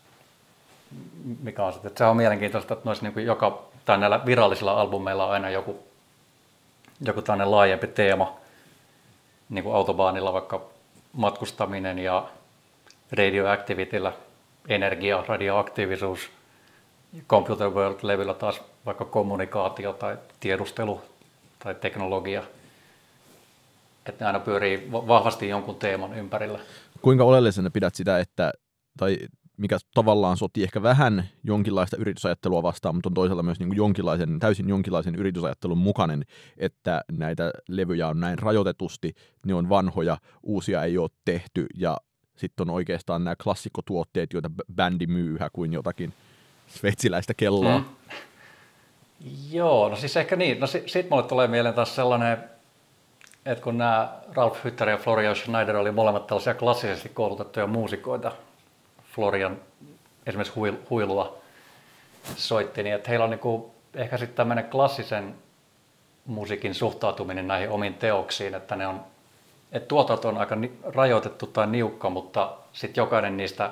[SPEAKER 3] mikä on sitten, että se on mielenkiintoista, että noissa niin tai näillä virallisilla albumeilla on aina joku tämmöinen laajempi teema, niin kuin Autobahnilla vaikka matkustaminen ja Radioactivityllä energia, radioaktiivisuus, Computer World-levyllä taas vaikka kommunikaatio tai tiedustelu tai teknologia. Että ne aina pyörii vahvasti jonkun teeman ympärillä.
[SPEAKER 1] Kuinka oleellisena pidät sitä, että, tai mikä tavallaan sotii ehkä vähän jonkinlaista yritysajattelua vastaan, mutta on toisaalta myös niin kuin täysin jonkinlaisen yritysajattelun mukainen, että näitä levyjä on näin rajoitetusti, ne on vanhoja, uusia ei ole tehty, ja sitten on oikeastaan nämä klassikkotuotteet, joita bändi myy yhä kuin jotakin sveitsiläistä kelloa.
[SPEAKER 3] Joo, no siis ehkä niin. No sit mulle tulee mieleen taas sellainen, että kun nämä Ralf Hütter ja Florian Schneider oli molemmat tällaisia klassisesti koulutettuja muusikoita, Florian esimerkiksi huilua soitti, niin että heillä on niinku ehkä sitten tämmöinen klassisen musiikin suhtautuminen näihin omiin teoksiin, että että tuotanto on aika rajoitettu tai niukka, mutta sitten jokainen niistä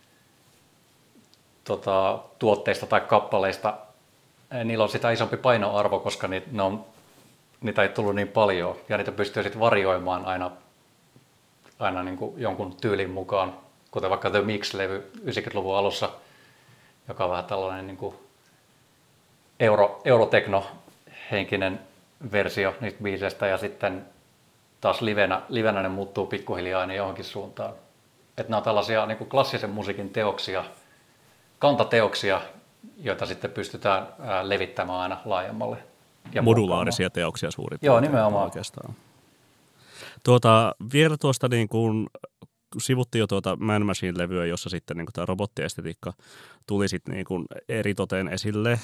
[SPEAKER 3] tuotteista tai kappaleista, niillä on sitä isompi painoarvo, koska niitä ei tullut niin paljon ja niitä pystyy sitten varioimaan aina niin kuin jonkun tyylin mukaan, kuten vaikka The Mix-levy 90-luvun alussa, joka on vähän tällainen niin kuin eurotekno-henkinen versio niistä biiseistä ja sitten taas livenä ne muuttuu pikkuhiljaa aina johonkin suuntaan. Että nämä on tällaisia niin kuin klassisen musiikin teoksia, kantateoksia, joita sitten pystytään levittämään aina laajemmalle. Ja
[SPEAKER 2] modulaarisia teoksia suurin.
[SPEAKER 3] Joo, nimenomaan.
[SPEAKER 2] Oikeastaan. Vielä tuosta niin kuin sivuttiin jo Man Machine-levyä, jossa sitten niin kuin tämä robottiestetiikka tuli sitten niin kuin eritoten esille,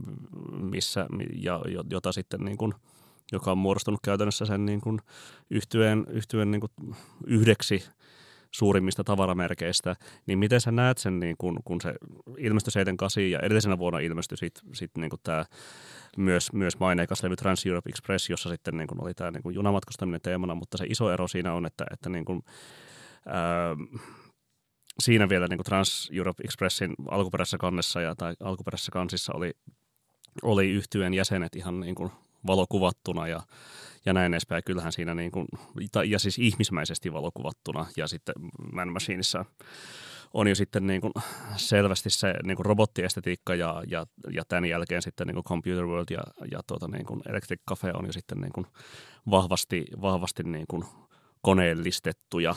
[SPEAKER 2] jota sitten niin kuin, joka on muodostunut käytännössä sen niin kuin yhtyeen niin kuin yhdeksi suurimmista tavaramerkeistä, niin miten sä näet sen, niin kun se ilmestyi 78 ja edellisenä vuonna ilmestyi sit niin tämä myös maineikas levy Trans Europe Express, jossa sitten niin kun oli tämä niin kun junamatkustaminen teemana, mutta se iso ero siinä on, että niin kun, siinä vielä niin kun Trans Europe Expressin alkuperäisessä kannessa tai alkuperäisessä kansissa oli yhtyeen jäsenet ihan niin kun valokuvattuna ja näin edespäin. Kyllähän siinä niin kuin, ja siis ihmismäisesti valokuvattuna ja sitten Man Machineissa on jo sitten niin kuin selvästi se niin kuin robottiestetiikka ja tämän jälkeen sitten niin kuin Computer World ja niin kuin Electric Cafe on jo sitten niin kuin vahvasti niin kuin koneellistettuja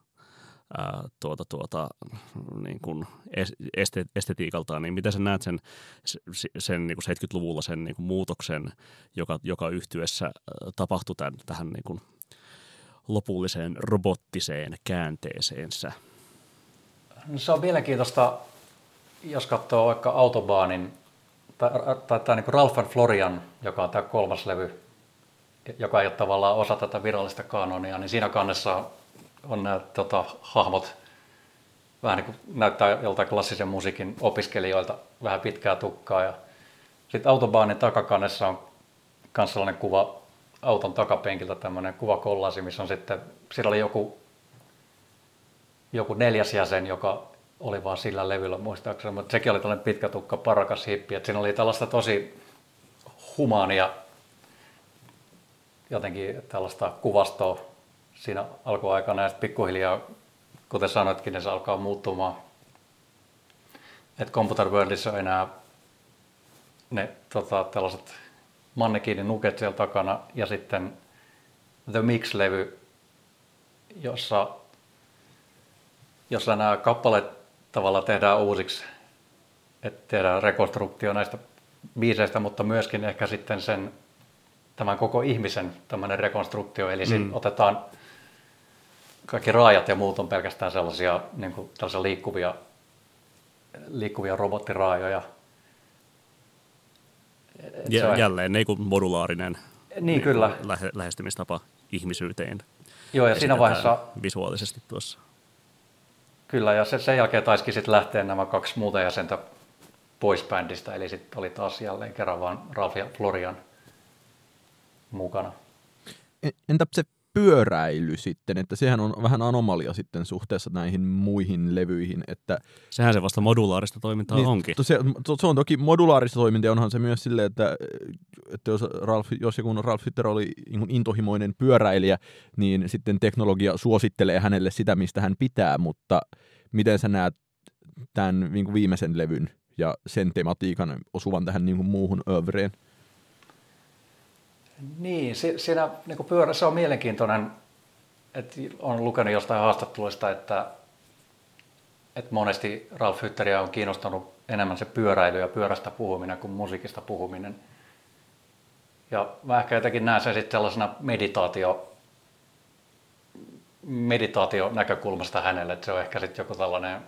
[SPEAKER 2] niin kuin estetiikaltaan, niin miten sä näet sen niin kuin 70-luvulla sen niin kuin muutoksen, joka yhtyessä tapahtui tähän niin kuin lopulliseen robottiseen käänteeseensä?
[SPEAKER 3] No se on mielenkiintoista, jos katsoo vaikka Autobahnin tai tämä niin kuin Ralf and Florian, joka on tämä 3. levy, joka ei ole tavallaan osa tätä virallista kanonia, niin siinä kannessa on nämä hahmot vähän niin kuin näyttää joltain klassisen musiikin opiskelijoilta, vähän pitkää tukkaa. Ja sitten Autobahnin takakannessa on myös sellainen kuva auton takapenkiltä, tämmöinen kuvakollasi, missä on sitten, siellä oli joku 4. jäsen, joka oli vaan sillä levyllä muistaakseni, mutta sekin oli tällainen pitkä tukka, parakas hippi, että siinä oli tällaista tosi humaania, jotenkin tällaista kuvastoa siinä alkuaikana ja sitten pikkuhiljaa, kuten sanoitkin, niin se alkaa muuttumaan. Että Computer Worldissa on enää ne tällaiset mannekiinin nuket siellä takana ja sitten The Mix-levy, jossa nämä kappaleet tavallaan tehdään uusiksi, että tehdään rekonstruktio näistä biiseistä, mutta myöskin ehkä sitten tämän koko ihmisen tämmöinen rekonstruktio, eli siinä otetaan kaikki raajat ja muut on pelkästään sellaisia, niin kuin tällaisia liikkuvia robottiraajoja.
[SPEAKER 2] Jälleen niin kuin modulaarinen
[SPEAKER 3] niin kyllä.
[SPEAKER 2] Lähestymistapa ihmisyyteen.
[SPEAKER 3] Joo, ja siinä vaiheessa
[SPEAKER 2] visuaalisesti tuossa.
[SPEAKER 3] Kyllä, ja sen jälkeen taisikin sitten lähteä nämä 2 muuta jäsentä pois bändistä, eli sitten oli taas jälleen kerran vaan Ralf ja Florian mukana.
[SPEAKER 1] Entä se pyöräily sitten, että sehän on vähän anomalia sitten suhteessa näihin muihin levyihin. Että
[SPEAKER 2] sehän se vasta modulaarista toimintaa niin, onkin.
[SPEAKER 1] Se on toki modulaarista toimintaa, onhan se myös silleen, että jos joku Ralf Hütter oli intohimoinen pyöräilijä, niin sitten teknologia suosittelee hänelle sitä, mistä hän pitää, mutta miten sä näet tämän niin kuin viimeisen levyn ja sen tematiikan osuvan tähän niin kuin muuhun œuvreen?
[SPEAKER 3] Niin, siinä niin pyörä, se on mielenkiintoinen, että olen lukenut jostain haastatteluista, että että monesti Ralf Hütteriä on kiinnostanut enemmän se pyöräily ja pyörästä puhuminen kuin musiikista puhuminen. Ja mä ehkä jotenkin näen sen sitten sellaisena meditaatio-näkökulmasta hänelle, että se on ehkä sitten joku tällainen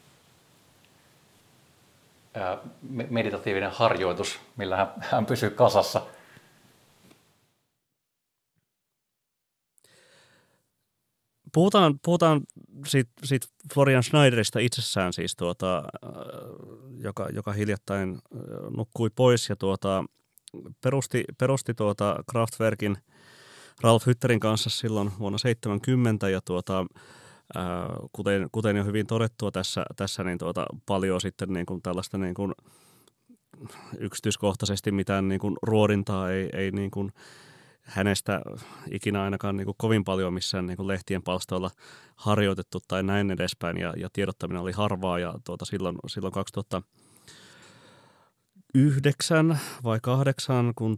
[SPEAKER 3] meditatiivinen harjoitus, millä hän pysyy kasassa.
[SPEAKER 2] Puhutaan siitä Florian Schneiderista itsessään, siis joka hiljattain nukkui pois ja perusti Kraftwerkin Ralf Hütterin kanssa silloin vuonna 1970 ja kuten jo hyvin todettua tässä niin paljon sitten niin kuin tällaista niin kuin yksityiskohtaisesti mitään niin kuin ruodintaa ei niin kuin hänestä ikinä ainakaan niin kuin kovin paljon missään niin kuin lehtien palstoilla harjoitettu tai näin edespäin ja tiedottaminen oli harvaa ja silloin 2009 vai 2008, kun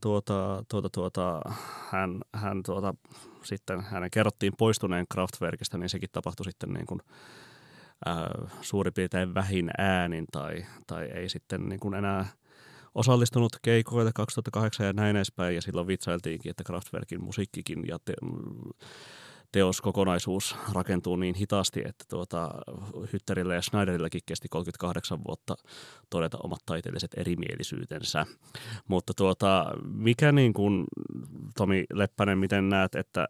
[SPEAKER 2] hän sitten hänen kerrottiin poistuneen Kraftwerkista, niin sekin tapahtui sitten niin kuin suurin piirtein vähin äänin tai ei sitten niin kuin enää osallistunut keikoille 2008 ja näin edespäin, ja silloin vitsailtiinkin, että Kraftwerkin musiikkikin ja teoskokonaisuus rakentuu niin hitaasti, että Hütterillä ja Schneiderilläkin kesti 38 vuotta todeta omat taiteelliset erimielisyytensä. Mutta mikä niin kuin, Tomi Leppänen, miten näet, että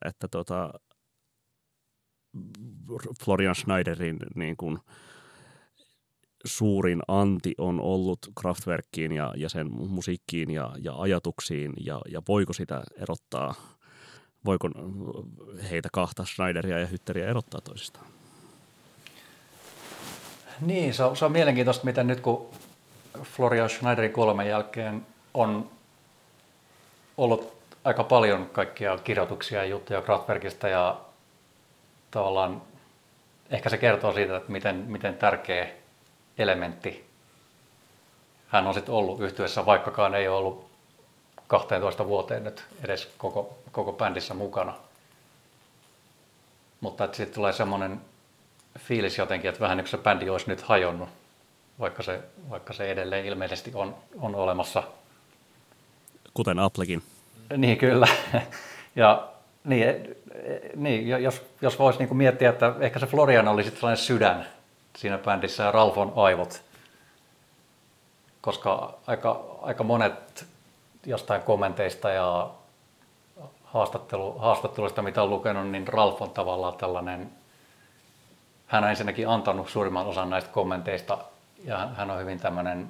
[SPEAKER 2] Florian Schneiderin niin kuin suurin anti on ollut Kraftwerkkiin ja sen musiikkiin ja ajatuksiin ja voiko sitä erottaa, voiko heitä kahta Schneideria ja Hütteriä erottaa toisistaan?
[SPEAKER 3] Niin, se on mielenkiintoista, miten nyt kun Florian Schneiderin kuoleman jälkeen on ollut aika paljon kaikkia kirjoituksia ja juttuja Kraftwerkista ja tavallaan ehkä se kertoo siitä, että miten tärkeä elementti hän on sitten ollut yhtyeessä, vaikkakaan ei ole ollut 12 vuoteen nyt edes koko bändissä mukana. Mutta sitten tulee semmoinen fiilis jotenkin, että vähän niin kuin se bändi olisi nyt hajonnut, vaikka se edelleen ilmeisesti on olemassa.
[SPEAKER 2] Kuten Applekin.
[SPEAKER 3] Niin, kyllä. Ja jos voisi niin kuin miettiä, että ehkä se Florian oli sitten sellainen sydän siinä bändissä ja Ralf on aivot, koska aika monet jostain kommenteista ja haastatteluista, mitä on lukenut, niin Ralf on tavallaan tällainen, hän on ensinnäkin antanut suurimman osan näistä kommenteista ja hän on hyvin tämmöinen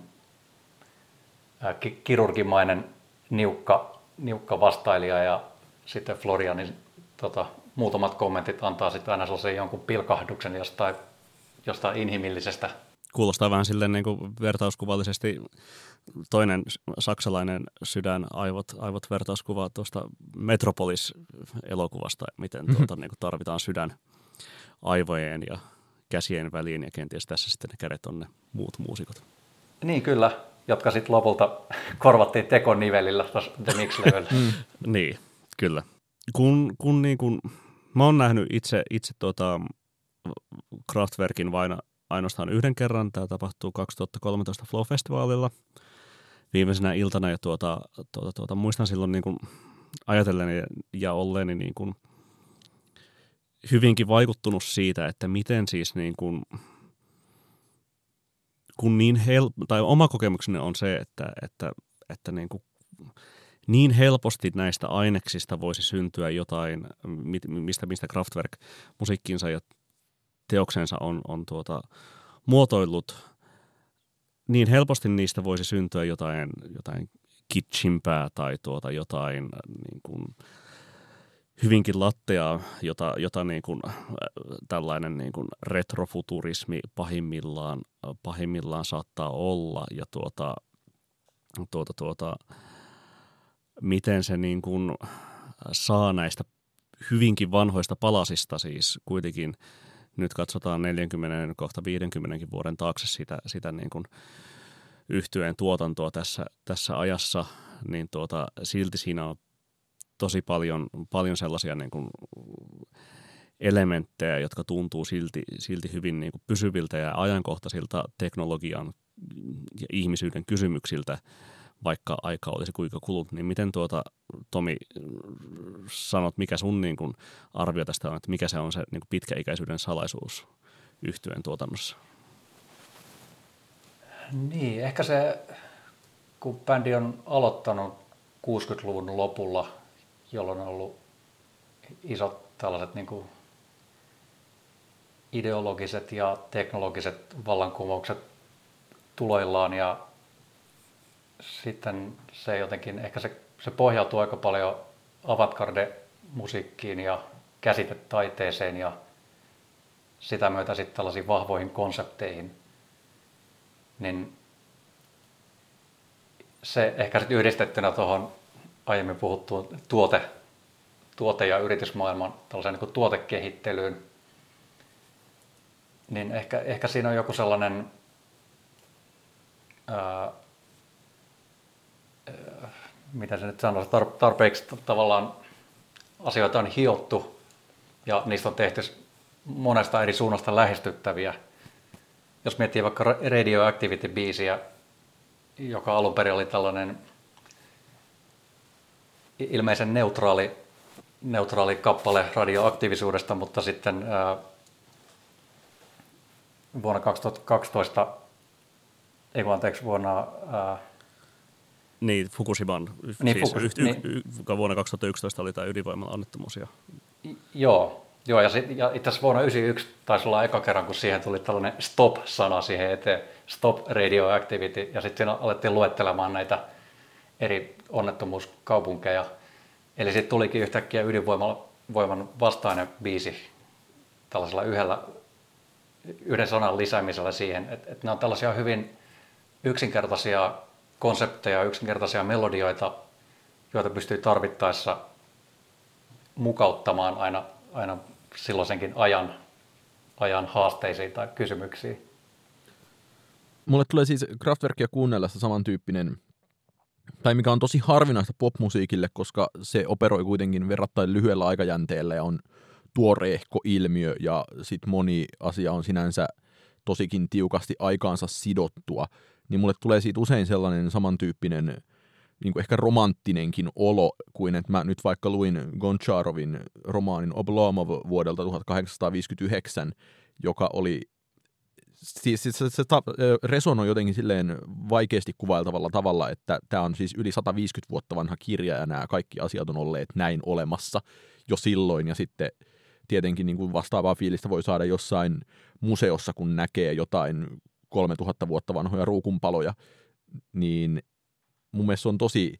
[SPEAKER 3] kirurgimainen niukka vastailija ja sitten Florianin muutamat kommentit antaa sitten aina sellaisen jonkun pilkahduksen jostain inhimillisestä.
[SPEAKER 2] Kuulostaa vähän silleen niin kuin vertauskuvallisesti toinen saksalainen sydän, aivot vertauskuva tuosta Metropolis-elokuvasta, miten niin kuin tarvitaan sydän aivojen ja käsien väliin ja kenties tässä sitten ne kädet on ne muut muusikot.
[SPEAKER 3] Niin kyllä, jotka sitten lopulta korvattiin tekonivelillä The Mix-levyllä.
[SPEAKER 2] Niin, kyllä. Kun niin kuin, mä oon nähnyt itse Kraftwerkin vain ainoastaan yhden kerran. Tämä tapahtuu 2013 Flow-festivaalilla viimeisenä iltana ja muistan silloin niin kuin ajatelleni ja olleeni niin kuin hyvinkin vaikuttunut siitä, että miten siis niin kuin, kun tai oma kokemukseni on se, että niin kuin niin helposti näistä aineksista voisi syntyä jotain, mistä Kraftwerk musiikkinsa ja teoksensa on muotoillut, niin helposti niistä voisi syntyä jotain kitschimpää tai jotain niin kuin hyvinkin latteaa, jota niin kuin, tällainen niin kuin retrofuturismi pahimmillaan saattaa olla ja miten se niin kuin saa näistä hyvinkin vanhoista palasista siis kuitenkin. Nyt katsotaan 40, kohta 50 vuoden taakse sitä niin kuin yhtyeen tuotantoa tässä ajassa, niin silti siinä on tosi paljon sellaisia niin kuin elementtejä, jotka tuntuu silti hyvin niin kuin pysyviltä ja ajankohtaisilta teknologian ja ihmisyyden kysymyksiltä, vaikka aika olisi kuinka kulut, niin miten Tomi, sanot, mikä sun niin kuin arvio tästä on, että mikä se on se niin kuin pitkäikäisyyden salaisuus yhtyeen tuotannossa?
[SPEAKER 3] Niin, ehkä se, kun bändi on aloittanut 60-luvun lopulla, jolloin on ollut isot tällaiset niin kuin ideologiset ja teknologiset vallankumoukset tuloillaan, ja sitten se jotenkin, ehkä se pohjautuu aika paljon avantgarde-musiikkiin ja käsitetaiteeseen ja sitä myötä sitten tällaisiin vahvoihin konsepteihin, niin se ehkä sitten yhdistettynä tuohon aiemmin puhuttuun tuote- ja yritysmaailman tällaiseen niin kuin tuotekehittelyyn, niin ehkä siinä on joku sellainen mitä se nyt sanoisi, tarpeeksi tavallaan asioita on hiottu ja niistä on tehty monesta eri suunnasta lähestyttäviä. Jos miettii vaikka Radioactivity-biisiä, joka alun perin oli tällainen ilmeisen neutraali kappale radioaktiivisuudesta, mutta sitten vuonna 2012, vuonna
[SPEAKER 2] Niin, Fukushiman, vuonna 2011 oli tämä ydinvoimalla onnettomuus.
[SPEAKER 3] Joo, ja itse asiassa vuonna 1991 taisi olla eka kerran, kun siihen tuli tällainen stop-sana siihen eteen, stop radioactivity, ja sitten siinä alettiin luettelemaan näitä eri onnettomuuskaupunkeja. Eli sitten tulikin yhtäkkiä ydinvoiman vastainen biisi tällaisella yhden sanan lisäämisellä siihen, että ne on tällaisia hyvin yksinkertaisia konsepteja, yksinkertaisia melodioita, joita pystyy tarvittaessa mukauttamaan aina silloisenkin ajan haasteisiin tai kysymyksiin.
[SPEAKER 1] Mulle tulee siis Kraftwerkia kuunnellessa samantyyppinen, tai mikä on tosi harvinaista popmusiikille, koska se operoi kuitenkin verrattain lyhyellä aikajänteellä ja on tuoreehko ilmiö, ja sitten moni asia on sinänsä tosikin tiukasti aikaansa sidottua, niin mulle tulee siitä usein sellainen samantyyppinen niin kuin ehkä romanttinenkin olo, kuin että mä nyt vaikka luin Goncharovin romaanin Oblomov vuodelta 1859, joka oli, siis se resonoi jotenkin silleen vaikeasti kuvailtavalla tavalla, että tämä on siis yli 150 vuotta vanha kirja, ja nämä kaikki asiat on olleet näin olemassa jo silloin, ja sitten tietenkin niin kuin vastaavaa fiilistä voi saada jossain museossa, kun näkee jotain 3000 vuotta vanhoja ruukunpaloja, niin mun mielestä on tosi,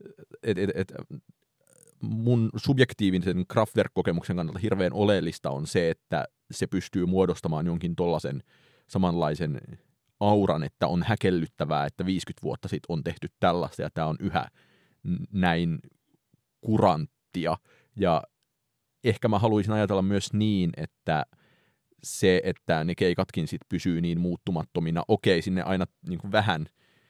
[SPEAKER 1] mun subjektiivisen Kraftwerk-kokemuksen kannalta hirveän oleellista on se, että se pystyy muodostamaan jonkin tollaisen samanlaisen auran, että on häkellyttävää, että 50 vuotta sitten on tehty tällaista, ja tämä on yhä näin kuranttia, ja ehkä mä haluaisin ajatella myös niin, että se, että ne keikatkin sit pysyy niin muuttumattomina, okei, sinne aina niin kuin vähän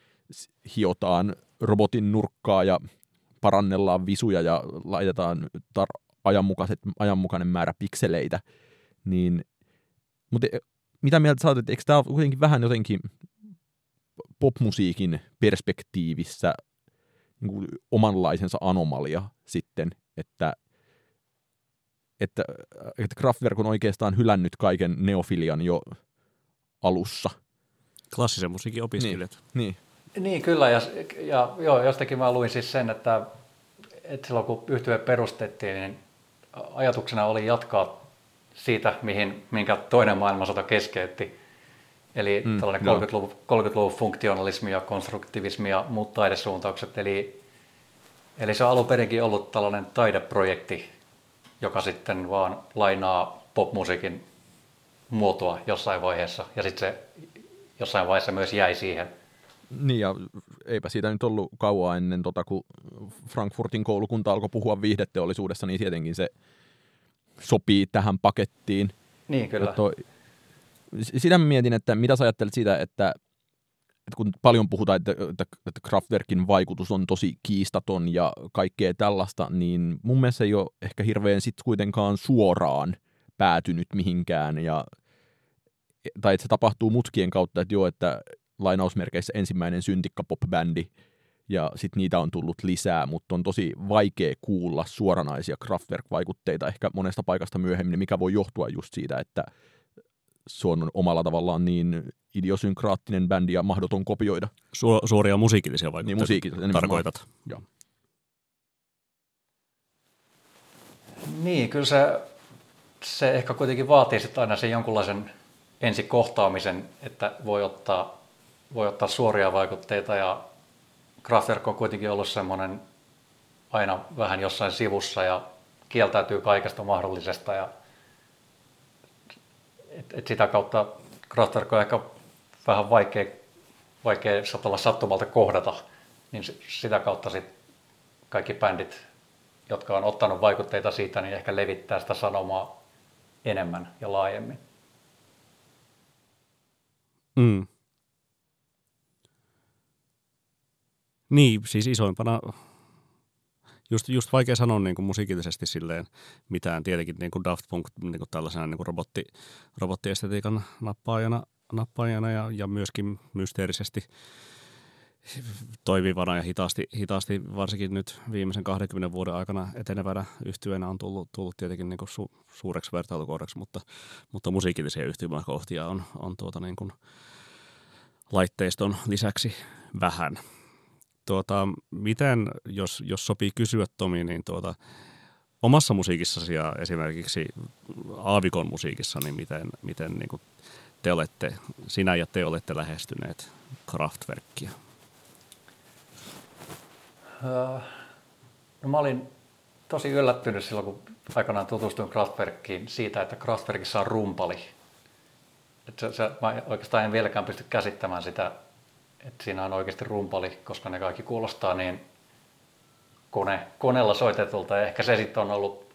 [SPEAKER 1] hiotaan robotin nurkkaa ja parannellaan visuja ja laitetaan ajanmukainen määrä pikseleitä, niin, mutta mitä mieltä sä oot, että eikö tämä ole kuitenkin vähän jotenkin popmusiikin perspektiivissä niin kuin omanlaisensa anomalia sitten, että Kraftwerk on oikeastaan hylännyt kaiken neofilian jo alussa.
[SPEAKER 2] Klassisen musiikin opiskelijat.
[SPEAKER 3] Niin kyllä, ja joo, jostakin mä luin siis sen, että silloin kun yhtye perustettiin, niin ajatuksena oli jatkaa siitä, minkä toinen maailmansota keskeytti. Eli tällainen 30-luvun funktionalismi ja konstruktivismi ja muut taidesuuntaukset. Eli se on alun perinkin ollut tällainen taideprojekti, joka sitten vaan lainaa popmusiikin muotoa jossain vaiheessa, ja sitten se jossain vaiheessa myös jäi siihen.
[SPEAKER 1] Niin, ja eipä siitä nyt ollut kauan ennen, kun Frankfurtin koulukunta alkoi puhua viihdeteollisuudessa, niin tietenkin se sopii tähän pakettiin.
[SPEAKER 3] Niin, kyllä.
[SPEAKER 1] Sitä mietin, että mitä sä ajattelet siitä, että kun paljon puhutaan, että Kraftwerkin vaikutus on tosi kiistaton ja kaikkea tällaista, niin mun mielestä se ei ole ehkä hirveän sit kuitenkaan suoraan päätynyt mihinkään, tai että se tapahtuu mutkien kautta, että joo, että lainausmerkeissä ensimmäinen syntikka-pop-bändi, ja sitten niitä on tullut lisää, mutta on tosi vaikea kuulla suoranaisia Kraftwerk-vaikutteita ehkä monesta paikasta myöhemmin, mikä voi johtua just siitä, että se on omalla tavallaan niin idiosynkraattinen bändi ja mahdoton kopioida.
[SPEAKER 2] Suoria musiikillisia vaikutteita
[SPEAKER 1] niin, musiikillisia
[SPEAKER 2] tarkoitat.
[SPEAKER 1] Joo.
[SPEAKER 3] Niin, kyllä se ehkä kuitenkin vaatii sitten aina sen jonkunlaisen ensikohtaamisen, että voi ottaa suoria vaikutteita, ja Kraftwerk on kuitenkin ollut semmoinen aina vähän jossain sivussa ja kieltäytyy kaikesta mahdollisesta, ja et sitä kautta Kraftwerk on ehkä vähän vaikea olla sattumalta kohdata, niin sitä kautta sitten kaikki bändit, jotka on ottanut vaikutteita siitä, niin ehkä levittää sitä sanomaa enemmän ja laajemmin.
[SPEAKER 2] Mm. Niin, siis isoimpana, just vaikea sanoa niin kuin musiikillisesti silleen mitään, tietenkin niin kuin Daft Punk niin kuin tällaisena niin kuin robottiestetiikan nappaajana ja myöskin mysteerisesti toimivana ja hitaasti varsinkin nyt viimeisen 20 vuoden aikana etenevänä yhtyeenä on tullut tietenkin niin kuin suureksi vertailukohdaksi, mutta musiikillisia yhtymäkohtia on niin kuin laitteiston lisäksi vähän. Miten, jos sopii kysyä, Tomi, niin omassa musiikissasi ja esimerkiksi Aavikon musiikissa, niin miten niin kuin sinä ja te olette lähestyneet Kraftwerkia?
[SPEAKER 3] No, mä olin tosi yllättynyt silloin, kun aikanaan tutustuin Kraftwerkiin siitä, että Kraftwerkissa on rumpali. Mä oikeastaan en vieläkään pysty käsittämään sitä, että siinä on oikeasti rumpali, koska ne kaikki kuulostaa niin koneella soitetulta. Ja ehkä se sitten on ollut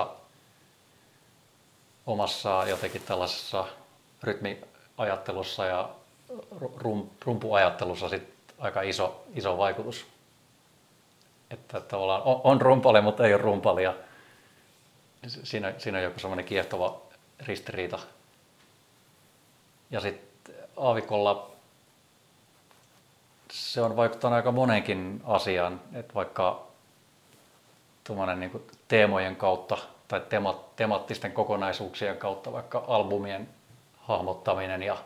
[SPEAKER 3] omassa jotenkin tällaisessa rytmiajattelussa ja rumpuajattelussa sit aika iso vaikutus. Että tavallaan on rumpali, mutta ei ole rumpalia. Siinä on joku semmoinen kiehtova ristiriita. Ja sitten Aavikolla se on vaikuttanut aika moneenkin asiaan, että vaikka tuommoinen niin kuin teemojen kautta tai temaattisten kokonaisuuksien kautta vaikka albumien hahmottaminen ja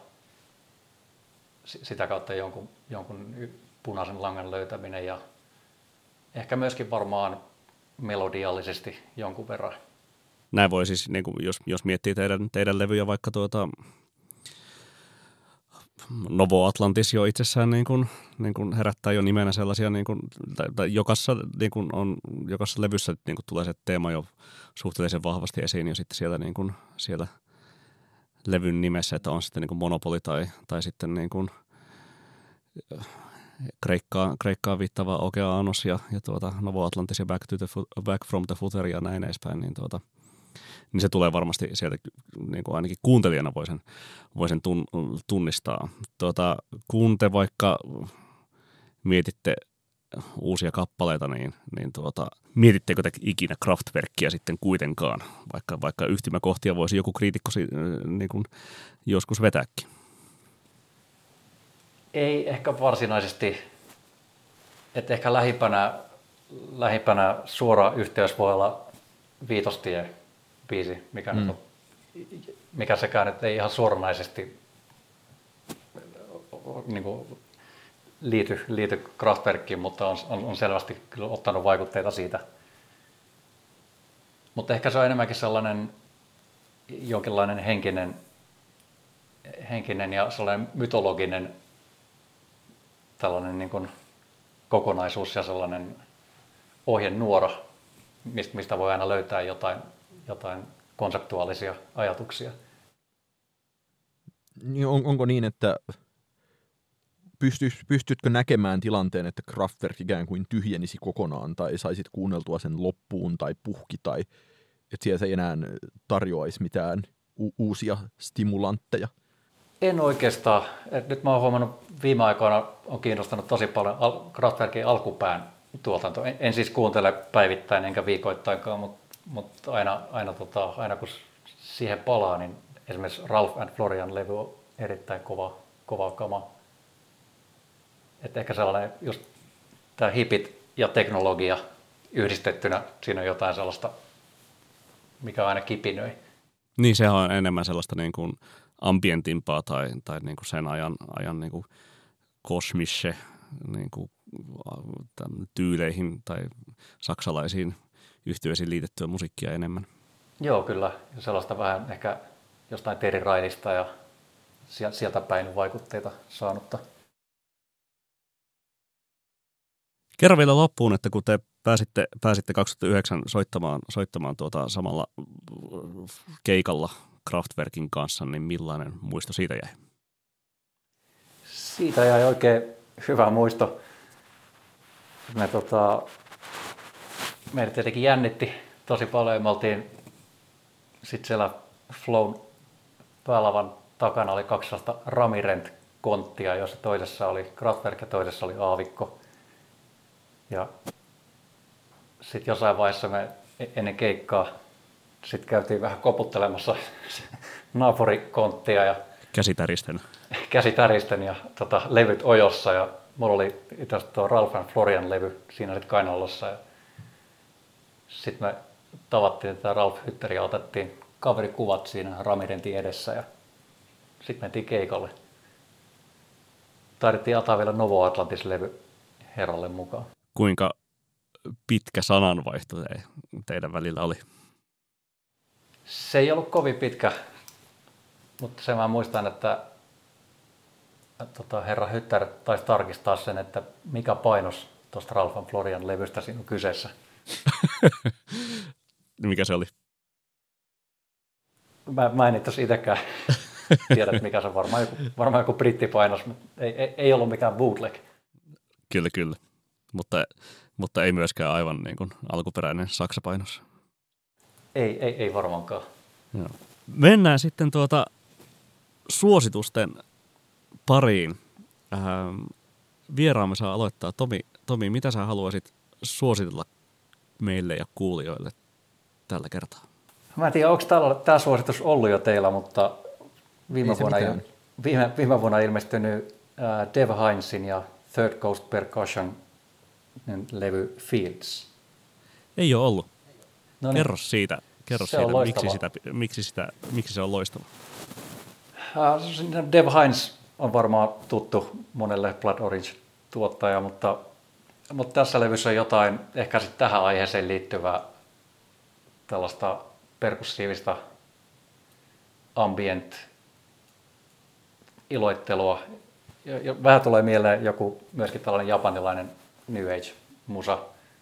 [SPEAKER 3] sitä kautta jonkun punaisen langan löytäminen ja ehkä myöskin varmaan melodiallisesti jonkun verran.
[SPEAKER 2] Näin voi siis, niin kuin jos miettii teidän levyjä vaikka Novo Atlantis jo itsessään niin kuin herättää jo nimenä sellaisia, niin kuin, tai jokaisessa levyssä niin kuin tulee se teema jo suhteellisen vahvasti esiin jo sitten siellä levyn nimessä, että on sitten niin kuin Monopoly tai sitten niin kuin Kreikkaan viittava Okeanos ja Novo Atlantis ja Back from the Future ja näin edespäin, niin se tulee varmasti sieltä, niin kuin ainakin kuuntelijana voi sen tunnistaa. Kun te vaikka mietitte uusia kappaleita, niin mietittekö te ikinä Kraftwerkia sitten kuitenkaan, vaikka yhtymäkohtia voisi joku kriitikko niin kuin joskus vetääkin?
[SPEAKER 3] Ei ehkä varsinaisesti, että ehkä lähimpänä suora yhteys voi olla Viitostie-biisi, mikä sekään nyt ei ihan suoranaisesti niin kuin liity Kraftwerkiin, mutta on selvästi kyllä ottanut vaikutteita siitä. Mutta ehkä se on enemmänkin sellainen jonkinlainen henkinen ja sellainen mytologinen tällainen niin kuin kokonaisuus ja sellainen ohjenuora, mistä voi aina löytää jotain konseptuaalisia ajatuksia.
[SPEAKER 1] Onko niin, että pystytkö näkemään tilanteen, että Kraftwerk ikään kuin tyhjenisi kokonaan tai saisit kuunneltua sen loppuun tai puhki tai että siellä ei enää tarjoaisi mitään uusia stimulantteja? En
[SPEAKER 3] oikeastaan. Nyt mä oon huomannut viime aikoina on kiinnostanut tosi paljon Kraftwerkin alkupään tuotanto. En siis kuuntele päivittäin enkä viikoittainkaan, mutta aina kun siihen palaa, niin esimerkiksi Ralph and Florian levy on erittäin kova kama. Että ehkä sellainen just tämä hipit ja teknologia yhdistettynä, siinä on jotain sellaista, mikä aina kipinöi.
[SPEAKER 2] Niin, sehän on enemmän sellaista niin kuin ambientimpaa tai niin kuin sen ajan niin kuin kosmisse niin kuin tyyleihin tai saksalaisiin yhtyeisiin liitettyä musiikkia enemmän.
[SPEAKER 3] Joo, kyllä. Sellaista vähän ehkä jostain Terry Raidista ja sieltä päin vaikutteita saanutta.
[SPEAKER 2] Kerro vielä loppuun, että kun te pääsitte 2009 soittamaan samalla keikalla Kraftwerkin kanssa, niin millainen muisto siitä jäi?
[SPEAKER 3] Siitä jäi oikein hyvä muisto. Meidät tietenkin jännitti tosi paljon. Me oltiin sitten siellä Flown päälavan takana oli 200 Ramirent-konttia, jossa toisessa oli Kraftwerk ja toisessa oli Aavikko. Ja sitten jossain vaiheessa me ennen keikkaa sitten käytiin vähän koputtelemassa naapurikonttia ja käsitäristen ja levyt ojossa. Ja mulla oli itse asiassa tuo Ralph and Florian levy siinä sitten kainalossa. Ja sitten me tavattiin, että Ralph Hütteri ja otettiin kaverikuvat siinä Ramirentin edessä ja sitten mentiin keikalle. Taidettiin antaa vielä Novo Atlantis-levy herralle mukaan.
[SPEAKER 2] Kuinka pitkä sananvaihto teidän välillä oli?
[SPEAKER 3] Se ei ollut kovin pitkä, mutta sen mä muistan, että herra Hütter taisi tarkistaa sen, että mikä painos tuosta Ralph and Florian levystä siinä on kyseessä.
[SPEAKER 2] Mikä se oli?
[SPEAKER 3] Mä en itse itsekään tiedä, mikä se on. Varmaan joku brittipainos, mutta ei ollut mikään bootleg.
[SPEAKER 2] Kyllä. Mutta ei myöskään aivan niin kuin alkuperäinen saksapainos.
[SPEAKER 3] Ei varmaankaan.
[SPEAKER 2] Joo. Mennään sitten suositusten pariin. Vieraamme saa aloittaa. Tomi, mitä sä haluaisit suositella meille ja kuulijoille tällä kertaa?
[SPEAKER 3] Mä en tiedä, onko tämä suositus ollut jo teillä, mutta viime vuonna ilmestynyt Dev Hinesin ja Third Coast Percussion levy Fields. Ei
[SPEAKER 2] ole ollut.
[SPEAKER 3] Noniin.
[SPEAKER 2] Kerro siitä, miksi se on loistava.
[SPEAKER 3] Dev Hines on varmaan tuttu monelle Blood Orange-tuottaja, mutta tässä levyssä on jotain ehkä sitten tähän aiheeseen liittyvää tällaista perkussiivista ambient iloittelua. Ja vähän tulee mieleen joku myöskin tällainen japanilainen New Age-musa.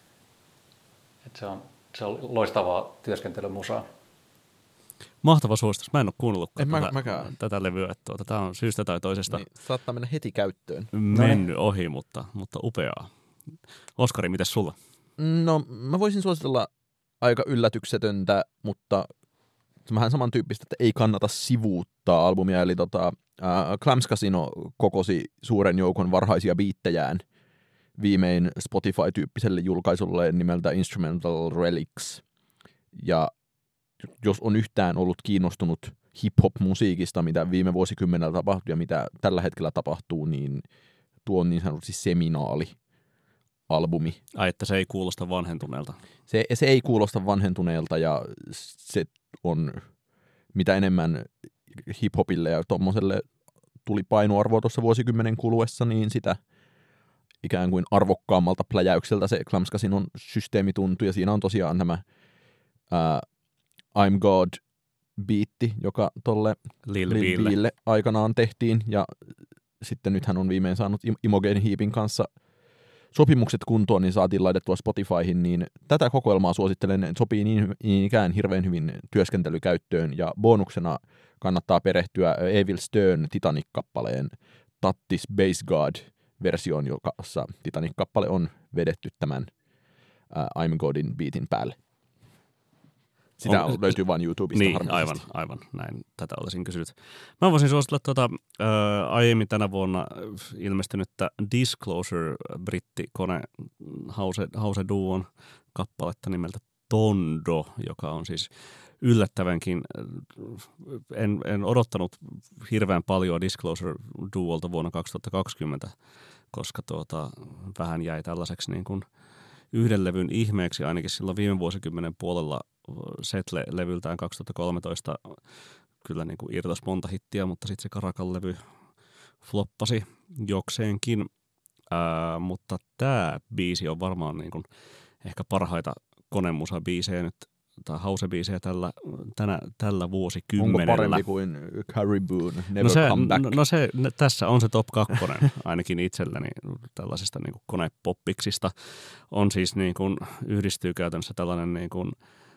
[SPEAKER 3] Se on loistavaa työskentelymusaa.
[SPEAKER 2] Mahtava suositus. Mä en ole kuunnellut tätä levyä. Tämä on syystä tai toisesta
[SPEAKER 1] niin, saattaa mennä heti käyttöön.
[SPEAKER 2] Mennyt ohi, mutta upeaa. Oskari, mites sulla?
[SPEAKER 1] No, mä voisin suositella aika yllätyksetöntä, mutta vähän samantyyppistä, että ei kannata sivuuttaa albumia. Eli Clams Casino kokosi suuren joukon varhaisia biittejään viimein Spotify-tyyppiselle julkaisulle nimeltä Instrumental Relics. Ja jos on yhtään ollut kiinnostunut hip-hop-musiikista, mitä viime vuosikymmenellä tapahtui ja mitä tällä hetkellä tapahtuu, niin tuo on niin sanotusti seminaali-albumi.
[SPEAKER 2] Että se ei kuulosta vanhentuneelta.
[SPEAKER 1] Se ei kuulosta vanhentuneelta ja se on mitä enemmän hip-hopille ja tommoselle tuli painoarvoa tuossa vuosikymmenen kuluessa, niin sitä ikään kuin arvokkaammalta pläjäykseltä se Clams Casinon systeemi tuntui, ja siinä on tosiaan tämä I'm God-biitti, joka tolle Lil Bille aikanaan tehtiin, ja sitten nythän on viimein saanut Imogen Heapin kanssa sopimukset kuntoon, niin saatiin laitettua Spotifyhin, niin tätä kokoelmaa suosittelen, sopii niin ikään hirveän hyvin työskentelykäyttöön, ja bonuksena kannattaa perehtyä Evil Stern Titanic-kappaleen Tattis Bass God-versioon, jossa Titanic-kappale on vedetty tämän I'm Godin beatin päälle. Sitä löytyy vain YouTubesta
[SPEAKER 2] niin, aivan, näin tätä olisin kysynyt. Mä voisin suositella aiemmin tänä vuonna ilmestynyttä Disclosure-brittikone House Duon kappaletta nimeltä Tondo, joka on siis yllättävänkin. En odottanut hirveän paljon Disclosure Duolta vuonna 2020, koska vähän jäi tällaiseksi niin kuin yhden levyn ihmeeksi ainakin silloin viime vuosikymmenen puolella Setle-levyltään 2013 kyllä niin kuin irtosi monta hittiä, mutta sitten se Karakan-levy floppasi jokseenkin. Mutta tämä biisi on varmaan niin kuin ehkä parhaita konemusa-biisejä nyt, tai house-biisejä tällä vuosikymmenellä.
[SPEAKER 1] Onko parempi kuin Caribou, Never Come Back?
[SPEAKER 2] Tässä on se top 2 ainakin itselleni tällaisista niin kuin konepoppiksista. On siis niin kuin, yhdistyy käytännössä tällainen niin kuin,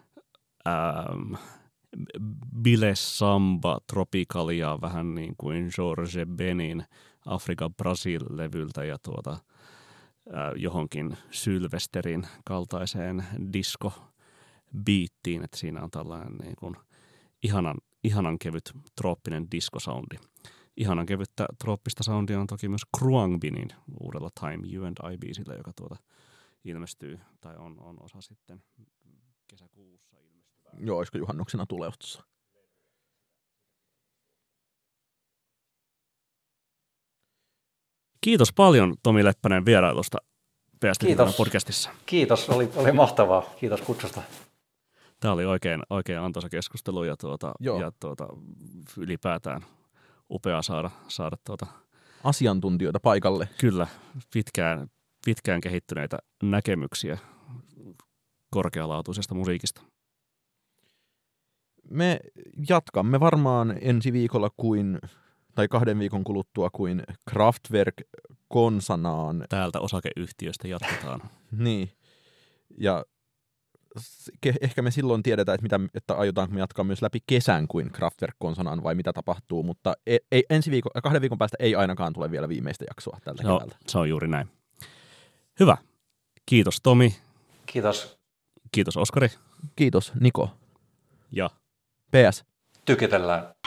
[SPEAKER 2] Bile Samba Tropicalia vähän niin kuin George Benin Afrika Brasil-levyltä ja johonkin Sylvesterin kaltaiseen disco-biittiin, että siinä on tällainen niin kuin ihanan kevyt trooppinen disco-soundi. Ihanan kevyttä trooppista soundia on toki myös Khruangbinin uudella Time You and I-biisillä, joka ilmestyy tai on osa sitten kesäkuussa ilmestyvää.
[SPEAKER 1] Joo, olisiko juhannuksena tuleostossa?
[SPEAKER 2] Kiitos paljon Tomi Leppänen vierailusta podcastissa.
[SPEAKER 3] Kiitos, oli mahtavaa. Kiitos kutsusta.
[SPEAKER 2] Tämä oli oikein antoisa keskustelu ja ylipäätään upea saada
[SPEAKER 1] asiantuntijoita paikalle.
[SPEAKER 2] Kyllä, pitkään kehittyneitä näkemyksiä korkealaatuisesta musiikista.
[SPEAKER 1] Me jatkamme varmaan ensi viikolla tai 2 viikon kuluttua kuin Kraftwerk konsanaan.
[SPEAKER 2] Täältä osakeyhtiöstä jatketaan.
[SPEAKER 1] Niin. Ja ehkä me silloin tiedetään, että aiotaanko me jatkaa myös läpi kesän kuin Kraftwerk konsanaan vai mitä tapahtuu, mutta ei 2 viikon päästä ei ainakaan tule vielä viimeistä jaksoa tältä keväältä.
[SPEAKER 2] Se on juuri näin. Hyvä. Kiitos Tomi.
[SPEAKER 3] Kiitos.
[SPEAKER 2] Kiitos Oskari.
[SPEAKER 1] Kiitos Niko.
[SPEAKER 2] Ja
[SPEAKER 3] PS. Tykitellään.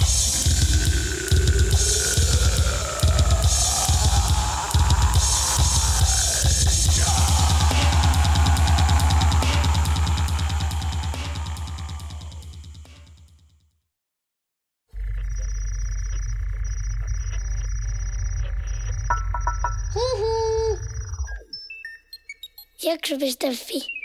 [SPEAKER 4] Jakso.fi